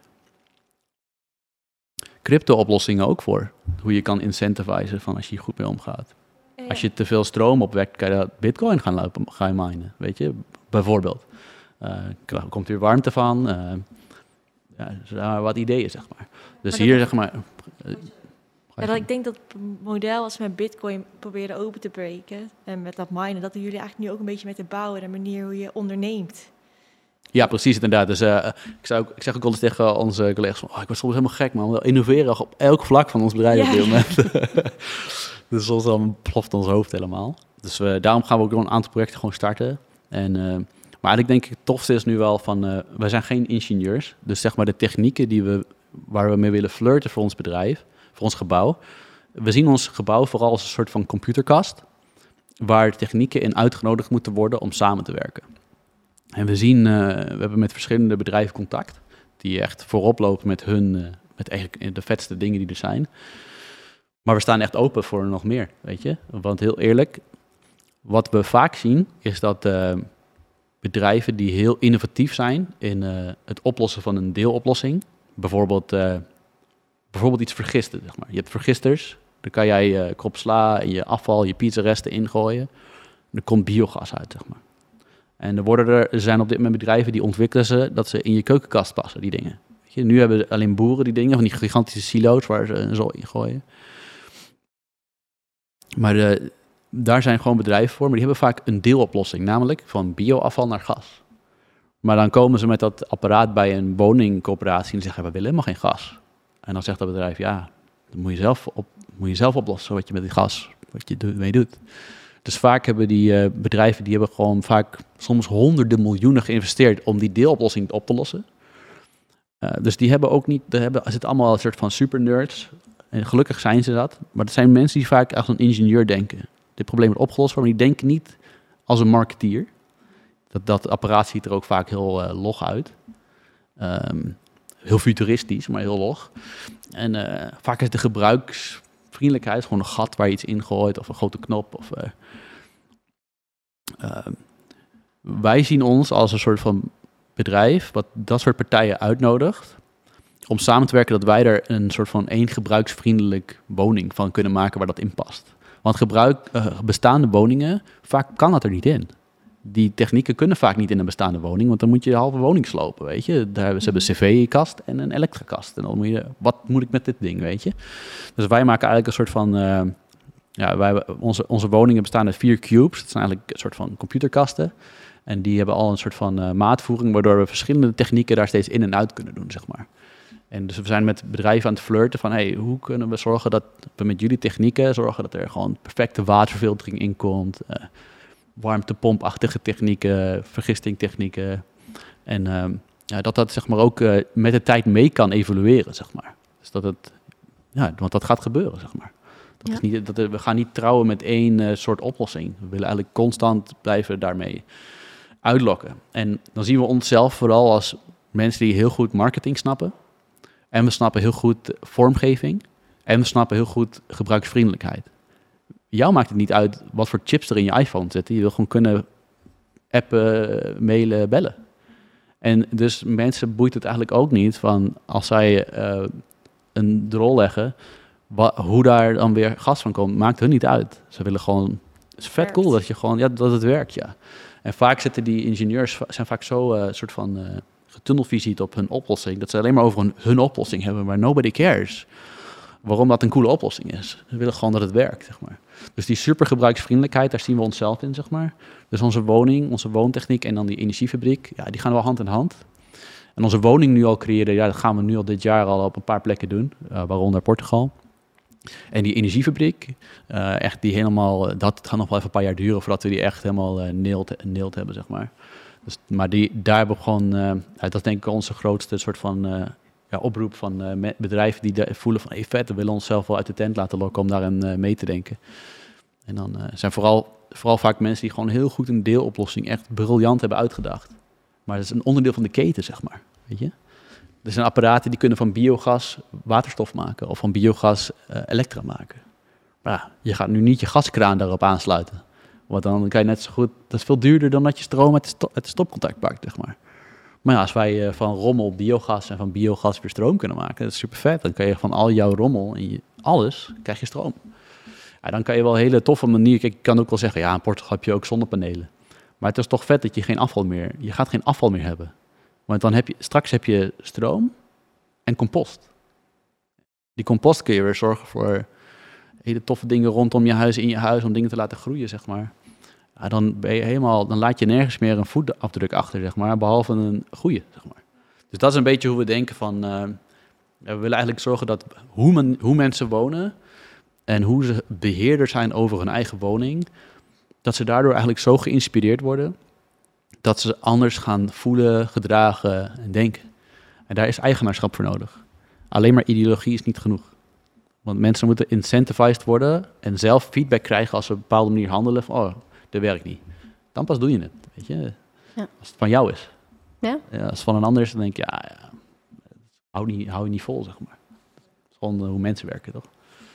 S3: crypto-oplossingen ook voor. Hoe je kan incentivizen van als je hier goed mee omgaat. Ja. Als je te veel stroom opwekt, kan je dat bitcoin gaan lopen, ga je minen, weet je, bijvoorbeeld. Uh, er komt weer warmte van. Uh, ja, er zijn wat ideeën, zeg maar. Dus maar hier, zeg maar... Uh,
S4: ja, dat ik denk dat het model als we met bitcoin proberen open te breken en met dat minen, dat doen jullie eigenlijk nu ook een beetje met de bouw en de manier hoe je onderneemt.
S3: Ja, precies, inderdaad. Dus uh, ik, zou ook, ik zeg ook wel eens tegen onze collega's van, oh, ik was soms helemaal gek, man. We innoveren op elk vlak van ons bedrijf ja, op dit moment. Ja. Dus soms dan ploft ons hoofd helemaal. Dus uh, daarom gaan we ook een aantal projecten gewoon starten. En, uh, maar eigenlijk denk ik het tofste is nu wel van, uh, wij zijn geen ingenieurs. Dus zeg maar de technieken die we, waar we mee willen flirten voor ons bedrijf, voor ons gebouw. We zien ons gebouw vooral als een soort van computerkast, waar technieken in uitgenodigd moeten worden om samen te werken. En we zien, uh, we hebben met verschillende bedrijven contact, die echt voorop lopen met hun, uh, met eigenlijk de vetste dingen die er zijn. Maar we staan echt open voor nog meer, weet je. Want heel eerlijk, wat we vaak zien, is dat uh, bedrijven die heel innovatief zijn in uh, het oplossen van een deeloplossing, bijvoorbeeld, uh, bijvoorbeeld iets vergisten, zeg maar. Je hebt vergisters, daar kan jij je uh, krop sla en je afval, je pizzaresten ingooien. Er komt biogas uit, zeg maar. En er, worden er, er zijn op dit moment bedrijven die ontwikkelen ze dat ze in je keukenkast passen, die dingen. Weet je, nu hebben alleen boeren die dingen, van die gigantische silo's waar ze een zooi in gooien. Maar uh, daar zijn gewoon bedrijven voor, maar die hebben vaak een deeloplossing, namelijk van bioafval naar gas. Maar dan komen ze met dat apparaat bij een woningcorporatie en zeggen, we willen helemaal geen gas. En dan zegt dat bedrijf, ja, dat moet je zelf, op, moet je zelf oplossen wat je met die gas, wat je mee doet. Dus vaak hebben die uh, bedrijven, die hebben gewoon vaak soms honderden miljoenen geïnvesteerd om die deeloplossing op te lossen. Uh, dus die hebben ook niet, er hebben, er zitten allemaal een soort van super nerds. En gelukkig zijn ze dat. Maar het zijn mensen die vaak als een ingenieur denken. Dit probleem wordt opgelost, maar die denken niet als een marketeer. Dat, dat apparaat ziet er ook vaak heel uh, log uit. Um, heel futuristisch, maar heel log. En uh, vaak is de gebruiksvriendelijkheid gewoon een gat waar je iets ingooit of een grote knop. Of, uh, uh, wij zien ons als een soort van bedrijf wat dat soort partijen uitnodigt om samen te werken dat wij er een soort van één gebruiksvriendelijk woning van kunnen maken waar dat in past. Want gebruik, uh, bestaande woningen, vaak kan dat er niet in. Die technieken kunnen vaak niet in een bestaande woning, want dan moet je de halve woning slopen, weet je. Daar hebben, ze hebben een cv-kast en een elektrakast. En dan moet je, wat moet ik met dit ding, weet je. Dus wij maken eigenlijk een soort van, uh, ja, wij, onze, onze woningen bestaan uit vier cubes. Dat zijn eigenlijk een soort van computerkasten. En die hebben al een soort van uh, maatvoering, waardoor we verschillende technieken daar steeds in en uit kunnen doen, zeg maar. En dus we zijn met bedrijven aan het flirten van, hey, hoe kunnen we zorgen dat we met jullie technieken zorgen dat er gewoon perfecte waterfiltering in komt, uh, warmtepompachtige technieken, vergistingtechnieken. En uh, ja, dat dat zeg maar ook uh, met de tijd mee kan evolueren, zeg maar. Dus dat het, ja, want dat gaat gebeuren, zeg maar. Dat
S2: Ja.
S3: is niet, dat, we gaan niet trouwen met één uh, soort oplossing. We willen eigenlijk constant blijven daarmee uitlokken. En dan zien we onszelf vooral als mensen die heel goed marketing snappen. En we snappen heel goed vormgeving. En we snappen heel goed gebruiksvriendelijkheid. Jou maakt het niet uit wat voor chips er in je iPhone zitten. Je wil gewoon kunnen appen, mailen, bellen. En dus mensen boeit het eigenlijk ook niet van als zij uh, een drol leggen, wa- hoe daar dan weer gas van komt, maakt hun niet uit. Ze willen gewoon, het is vet
S4: Werkt.
S3: cool dat je gewoon, ja, dat het werkt, ja. En vaak zitten die ingenieurs, zijn vaak zo uh, soort van uh, getunnelvisie op hun oplossing, dat ze alleen maar over hun, hun oplossing hebben, maar nobody cares waarom dat een coole oplossing is. Ze willen gewoon dat het werkt, zeg maar. Dus die supergebruiksvriendelijkheid, daar zien we onszelf in, zeg maar. Dus onze woning, onze woontechniek en dan die energiefabriek, ja, die gaan wel hand in hand. En onze woning nu al creëren, ja, dat gaan we nu al dit jaar al op een paar plekken doen, uh, waaronder Portugal. En die energiefabriek, uh, echt die helemaal, dat gaat nog wel even een paar jaar duren voordat we die echt helemaal uh, nailed, nailed hebben, zeg maar. Dus, maar die, daar hebben we gewoon, uh, ja, dat is denk ik onze grootste soort van uh, ja, oproep van uh, me- bedrijven die de, voelen van, hey vet, we willen onszelf wel uit de tent laten lokken om daarin uh, mee te denken. En dan uh, zijn vooral, vooral vaak mensen die gewoon heel goed een deeloplossing echt briljant hebben uitgedacht. Maar dat is een onderdeel van de keten, zeg maar, weet je. Er zijn apparaten die kunnen van biogas waterstof maken of van biogas uh, elektra maken. Maar ja, je gaat nu niet je gaskraan daarop aansluiten. Want dan kan je net zo goed, dat is veel duurder dan dat je stroom uit de, sto- uit de stopcontact pakt, zeg maar. Maar ja, als wij uh, van rommel biogas en van biogas weer stroom kunnen maken, dat is super vet. Dan kan je van al jouw rommel en je, alles, krijg je stroom. Ja, dan kan je wel een hele toffe manier, kijk, ik kan ook wel zeggen, ja, in Portugal heb je ook zonnepanelen. Maar het is toch vet dat je geen afval meer, je gaat geen afval meer hebben. Want dan heb je, straks heb je stroom en compost. Die compost kun je weer zorgen voor hele toffe dingen rondom je huis, in je huis, om dingen te laten groeien, zeg maar. Ja, dan ben je helemaal, dan laat je nergens meer een voetafdruk achter, zeg maar, behalve een goede, zeg maar. Dus dat is een beetje hoe we denken van, uh, we willen eigenlijk zorgen dat hoe, men, hoe mensen wonen en hoe ze beheerder zijn over hun eigen woning, dat ze daardoor eigenlijk zo geïnspireerd worden dat ze anders gaan voelen, gedragen en denken. En daar is eigenaarschap voor nodig. Alleen maar ideologie is niet genoeg. Want mensen moeten incentivized worden en zelf feedback krijgen als ze op een bepaalde manier handelen van, oh, dat werkt niet. Dan pas doe je het, weet je.
S2: Ja.
S3: Als het van jou is.
S2: Ja.
S3: Ja, als het van een ander is, dan denk je, ja, ja hou, niet, hou je niet vol, zeg maar. Het is gewoon uh, hoe mensen werken, toch?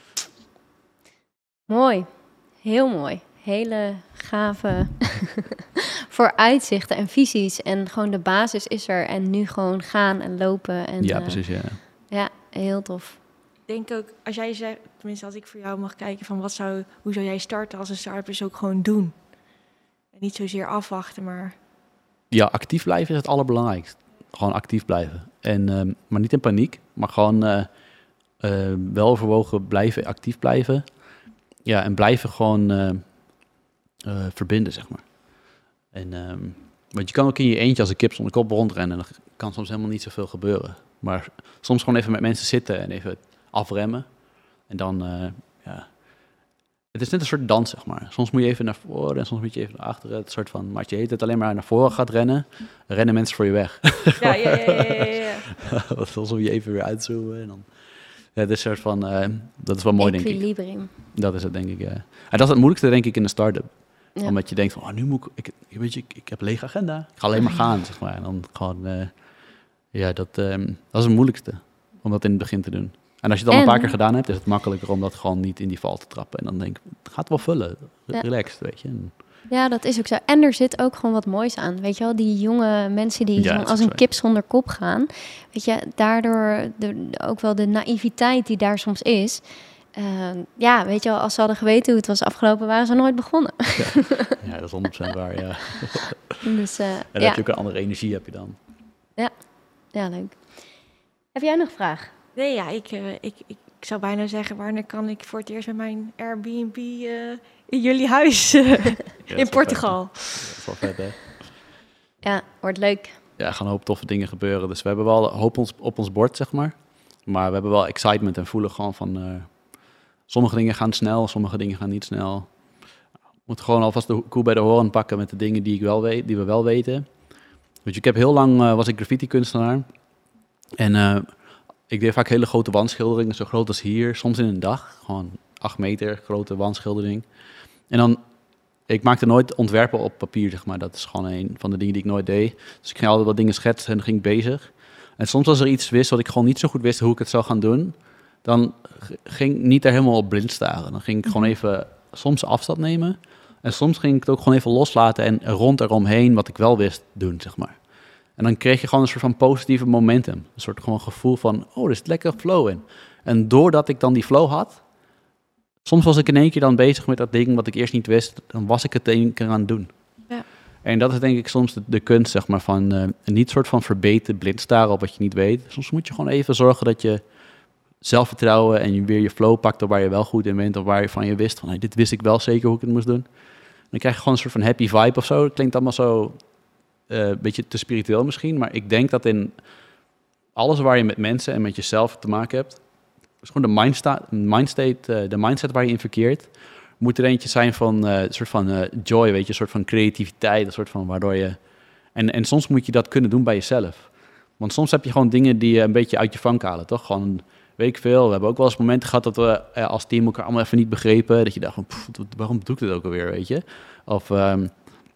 S2: Mooi. Heel mooi. Hele gave vooruitzichten en visies. En gewoon de basis is er. En nu gewoon gaan en lopen. En,
S3: ja,
S2: uh,
S3: precies, ja.
S2: Ja, heel tof.
S4: Ik denk ook, als jij zegt, tenminste als ik voor jou mag kijken van wat zou, hoe zou jij starten als een start-up, is ook gewoon doen. En niet zozeer afwachten, maar
S3: Ja, actief blijven is het allerbelangrijkste. Gewoon actief blijven. En, um, maar niet in paniek, maar gewoon uh, uh, wel overwogen blijven, actief blijven. Ja, en blijven gewoon uh, uh, verbinden, zeg maar. En, um, want je kan ook in je eentje als een kip zonder kop rondrennen. En dan kan soms helemaal niet zoveel gebeuren. Maar soms gewoon even met mensen zitten en even afremmen. En dan, uh, ja... Het is net een soort dans, zeg maar. Soms moet je even naar voren en soms moet je even naar achteren. Het soort van, maar als je heet het alleen maar naar voren gaat rennen, rennen mensen voor je weg.
S4: ja, ja, ja, ja, ja, ja.
S3: Alsof je even weer uitzoomen en dan... Ja, het is een soort van, uh, dat is wel mooi, denk ik.
S2: Equilibrium.
S3: Dat is het, denk ik, ja. En dat is het moeilijkste, denk ik, in een start-up.
S2: Ja.
S3: Omdat je denkt van, oh, nu moet ik, ik, weet je, ik, ik heb een lege agenda. Ik ga alleen maar gaan, zeg maar. En dan gewoon, uh, ja, dat, um, dat is het moeilijkste, om dat in het begin te doen. En als je het dan
S2: En-
S3: een paar keer gedaan hebt, is het makkelijker om dat gewoon niet in die val te trappen. En dan denk ik, het gaat wel vullen,
S2: Ja.
S3: relaxed, weet je. En
S2: Ja, dat is ook zo. En er zit ook gewoon wat moois aan. Weet je wel, die jonge mensen die
S3: Ja,
S2: zo
S3: dat is
S2: als
S3: ook
S2: een
S3: zo.
S2: kip zonder kop gaan. Weet je, daardoor de, ook wel de naïviteit die daar soms is. Uh, ja, weet je wel, als ze hadden geweten hoe het was afgelopen, waren ze nooit begonnen.
S3: Ja, ja dat is honderd procent waar, ja.
S2: Dus, uh,
S3: En dan
S2: ja.
S3: heb je ook een andere energie, heb je dan.
S2: ja, leuk. Heb jij nog een vraag?
S4: Nee, ja, ik, uh, ik, ik, ik zou bijna zeggen, wanneer kan ik voor het eerst met mijn Airbnb uh, in jullie huis uh,
S3: Ja, dat is
S4: in
S3: wel
S4: Portugal?
S3: vet. Ja, dat is wel vet, hè?
S2: Ja, wordt leuk.
S3: Ja, er gaan een hoop toffe dingen gebeuren. Dus we hebben wel hoop ons, op ons bord, zeg maar. Maar we hebben wel excitement en voelen gewoon van... Uh, sommige dingen gaan snel, sommige dingen gaan niet snel. We moeten gewoon alvast de koe bij de hoorn pakken met de dingen die, ik wel weet, die we wel weten. Dus ik heb heel lang, uh, was ik graffiti-kunstenaar. En uh, ik deed vaak hele grote wandschilderingen, zo groot als hier. Soms in een dag, gewoon acht meter grote wandschildering. En dan... Ik maakte nooit ontwerpen op papier, zeg maar. Dat is gewoon een van de dingen die ik nooit deed. Dus ik ging altijd wat dingen schetsen en dan ging ik bezig. En soms als er iets wist wat ik gewoon niet zo goed wist hoe ik het zou gaan doen... dan ging ik niet er helemaal op blind staren. Dan ging ik gewoon even soms afstand nemen. En soms ging ik het ook gewoon even loslaten en rond eromheen wat ik wel wist doen, zeg maar. En dan kreeg je gewoon een soort van positieve momentum. Een soort gewoon gevoel van, oh, er is lekker flow in. En doordat ik dan die flow had... Soms was ik in één keer dan bezig met dat ding wat ik eerst niet wist. Dan was ik het één keer aan het doen.
S4: Ja.
S3: En dat is denk ik soms de, de kunst, zeg maar, van uh, niet soort van verbeten, blind staren op wat je niet weet. Soms moet je gewoon even zorgen dat je zelfvertrouwen en je weer je flow pakt op waar je wel goed in bent. Of waar je van je wist van, hey, dit wist ik wel zeker hoe ik het moest doen. Dan krijg je gewoon een soort van happy vibe of zo. Dat klinkt allemaal zo uh, een beetje te spiritueel misschien. Maar ik denk dat in alles waar je met mensen en met jezelf te maken hebt... Dus gewoon de mindsta- mindstate, uh, de mindset waar je in verkeert, moet er eentje zijn van uh, een soort van uh, joy, weet je, een soort van creativiteit, een soort van waardoor je... En, en soms moet je dat kunnen doen bij jezelf. Want soms heb je gewoon dingen die je een beetje uit je vank halen, toch? Gewoon, weet ik veel, we hebben ook wel eens momenten gehad dat we uh, als team elkaar allemaal even niet begrepen, dat je dacht van, pff, waarom doe ik dit ook alweer, weet je? Of, um,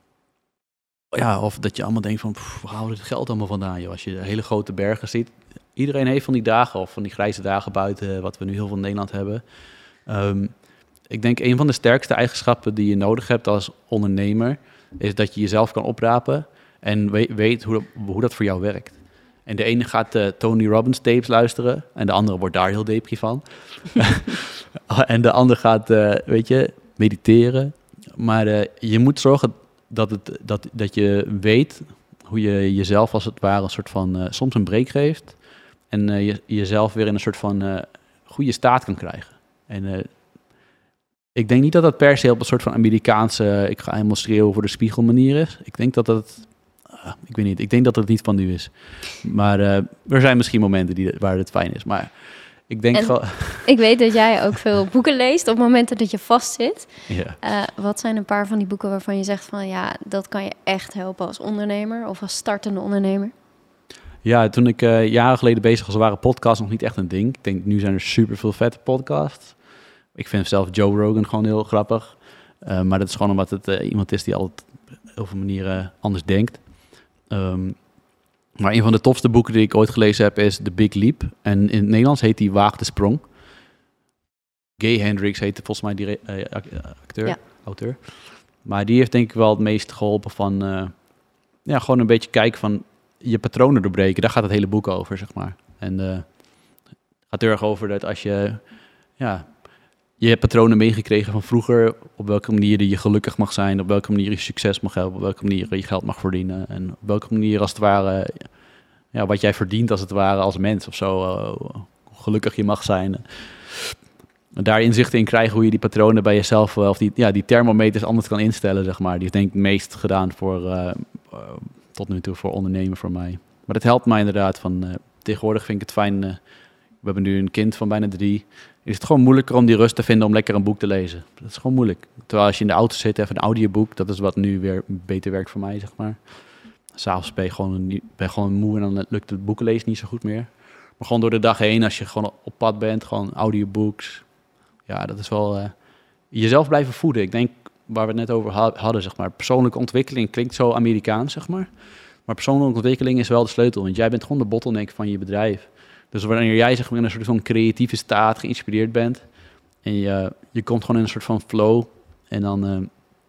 S3: ja, of dat je allemaal denkt van, pff, waar halen we dit geld allemaal vandaan, joh? Als je hele grote bergen ziet. Iedereen heeft van die dagen, of van die grijze dagen buiten, wat we nu heel veel in Nederland hebben. Um, ik denk een van de sterkste eigenschappen die je nodig hebt als ondernemer, is dat je jezelf kan oprapen en weet, weet hoe, dat, hoe dat voor jou werkt. En de ene gaat uh, Tony Robbins tapes luisteren en de andere wordt daar heel depri van. En de ander gaat, uh, weet je, mediteren. Maar uh, je moet zorgen dat, het, dat, dat je weet hoe je jezelf als het ware een soort van, uh, soms een break geeft. En uh, je, jezelf weer in een soort van uh, goede staat kan krijgen. En uh, ik denk niet dat dat per se op een soort van Amerikaanse... Uh, ik ga helemaal schreeuwen voor de spiegel manier is. Ik denk dat dat... Uh, ik weet niet. Ik denk dat het niet van nu is. Maar uh, er zijn misschien momenten die, waar het fijn is. Maar ik denk...
S2: En
S3: Gewoon,
S2: ik weet dat jij ook veel boeken leest op momenten dat je vastzit.
S3: ja.
S2: Uh, wat zijn een paar van die boeken waarvan je zegt van... ja, dat kan je echt helpen als ondernemer of als startende ondernemer?
S3: Ja, toen ik uh, jaren geleden bezig was, waren podcasts nog niet echt een ding. Ik denk, nu zijn er super veel vette podcasts. Ik vind zelf Joe Rogan gewoon heel grappig. Uh, maar dat is gewoon omdat het uh, iemand is die altijd op heel veel manieren anders denkt. Um, maar een van de tofste boeken die ik ooit gelezen heb is The Big Leap. En in het Nederlands heet die Waag de Sprong. Gay Hendricks heette volgens mij die uh, acteur,
S2: Ja.
S3: auteur. Maar die heeft denk ik wel het meest geholpen van... Uh, ja, gewoon een beetje kijken van... je patronen doorbreken, daar gaat het hele boek over, zeg maar. En uh, het gaat heel erg over dat als je... ja, je hebt patronen meegekregen van vroeger... op welke manier je gelukkig mag zijn... op welke manier je succes mag hebben... op welke manier je geld mag verdienen... en op welke manier als het ware... ja, wat jij verdient als het ware als mens of zo... Uh, hoe gelukkig je mag zijn... daar inzichten in krijgen hoe je die patronen bij jezelf... of die, ja, die thermometers anders kan instellen, zeg maar. Die is denk ik het meest gedaan voor... Uh, uh, tot nu toe voor ondernemen voor mij. Maar dat helpt mij inderdaad van... Uh, tegenwoordig vind ik het fijn... Uh, we hebben nu een kind van bijna drie... is het gewoon moeilijker om die rust te vinden om lekker een boek te lezen. Dat is gewoon moeilijk. Terwijl als je in de auto zit, even een audioboek... dat is wat nu weer beter werkt voor mij, zeg maar. S'avonds ben je gewoon, ben je gewoon moe... en dan lukt het boeken lezen niet zo goed meer. Maar gewoon door de dag heen, als je gewoon op pad bent... gewoon audiobooks... ja, dat is wel... Uh, jezelf blijven voeden. Ik denk... waar we het net over hadden, zeg maar. Persoonlijke ontwikkeling klinkt zo Amerikaans, zeg maar. Maar persoonlijke ontwikkeling is wel de sleutel. Want jij bent gewoon de bottleneck van je bedrijf. Dus wanneer jij zeg maar in een soort van creatieve staat geïnspireerd bent... en je, je komt gewoon in een soort van flow... en dan uh,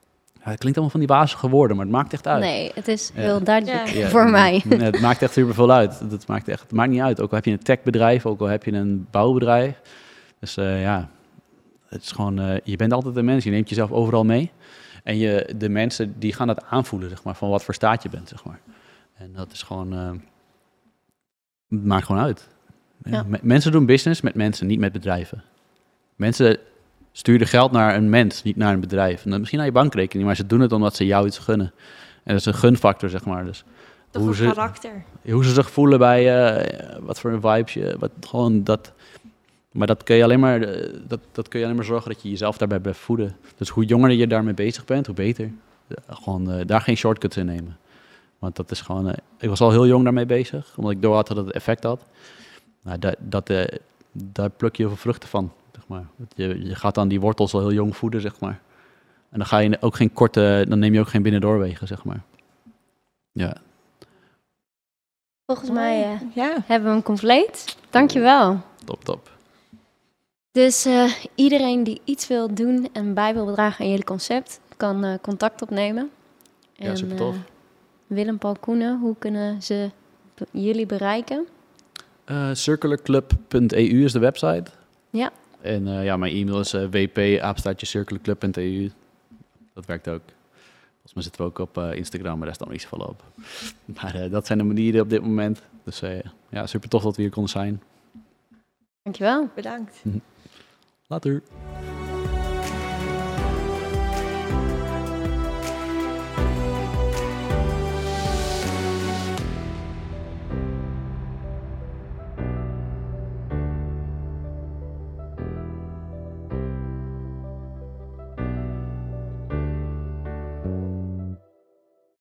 S3: Ja, het klinkt allemaal van die wazige woorden, maar het maakt echt uit.
S2: Nee, het is
S3: Ja.
S2: heel duidelijk
S4: Ja.
S3: Ja,
S2: voor mij.
S3: ja, het maakt echt superveel uit. Het maakt, echt, het maakt niet uit. Ook al heb je een techbedrijf, ook al heb je een bouwbedrijf. Dus uh, ja, het is gewoon, uh, je bent altijd een mens. Je neemt jezelf overal mee. En je, de mensen die gaan dat aanvoelen, zeg maar, van wat voor staat je bent, zeg maar. En dat is gewoon, uh, het maakt gewoon uit. Ja.
S2: Ja.
S3: M- mensen doen business met mensen, niet met bedrijven. Mensen sturen geld naar een mens, niet naar een bedrijf. En dan misschien naar je bankrekening, maar ze doen het omdat ze jou iets gunnen. En dat is een gunfactor, zeg maar. Dus
S4: Toch
S3: hoe
S4: een
S3: ze,
S4: karakter.
S3: hoe ze zich voelen bij uh, wat voor een vibes je, wat gewoon dat. Maar dat kun je alleen maar, uh, dat, dat kun je alleen maar zorgen dat je jezelf daarbij blijft voeden. Dus hoe jonger je daarmee bezig bent, hoe beter. Uh, gewoon uh, daar geen shortcuts in nemen. Want dat is gewoon. Uh, ik was al heel jong daarmee bezig, omdat ik door had dat het effect had. Nou, dat, dat, uh, daar pluk je heel veel vruchten van. Zeg maar. je, je gaat dan die wortels al heel jong voeden, zeg maar. En dan ga je ook geen korte, dan neem je ook geen binnendoorwegen, zeg maar. Ja.
S2: Volgens mij uh,
S4: Ja.
S2: hebben we hem compleet. Dankjewel.
S3: Top, top.
S2: Dus uh, iedereen die iets wil doen en bij wil dragen aan jullie concept, kan uh, contact opnemen.
S3: Ja,
S2: En,
S3: super tof.
S2: Uh, Willem Paul Koenen, hoe kunnen ze be- jullie bereiken?
S3: Uh, circularclub punt e u is de website.
S2: Ja.
S3: En uh, ja, mijn e-mail is uh, w p apenstaartje circularclub punt e u. Dat werkt ook. Volgens mij zitten we ook op uh, Instagram, maar daar staat nog niet zoveel op. Maar uh, dat zijn de manieren op dit moment. Dus uh, ja, super tof dat we hier konden zijn.
S2: Dankjewel.
S4: Bedankt.
S3: Later.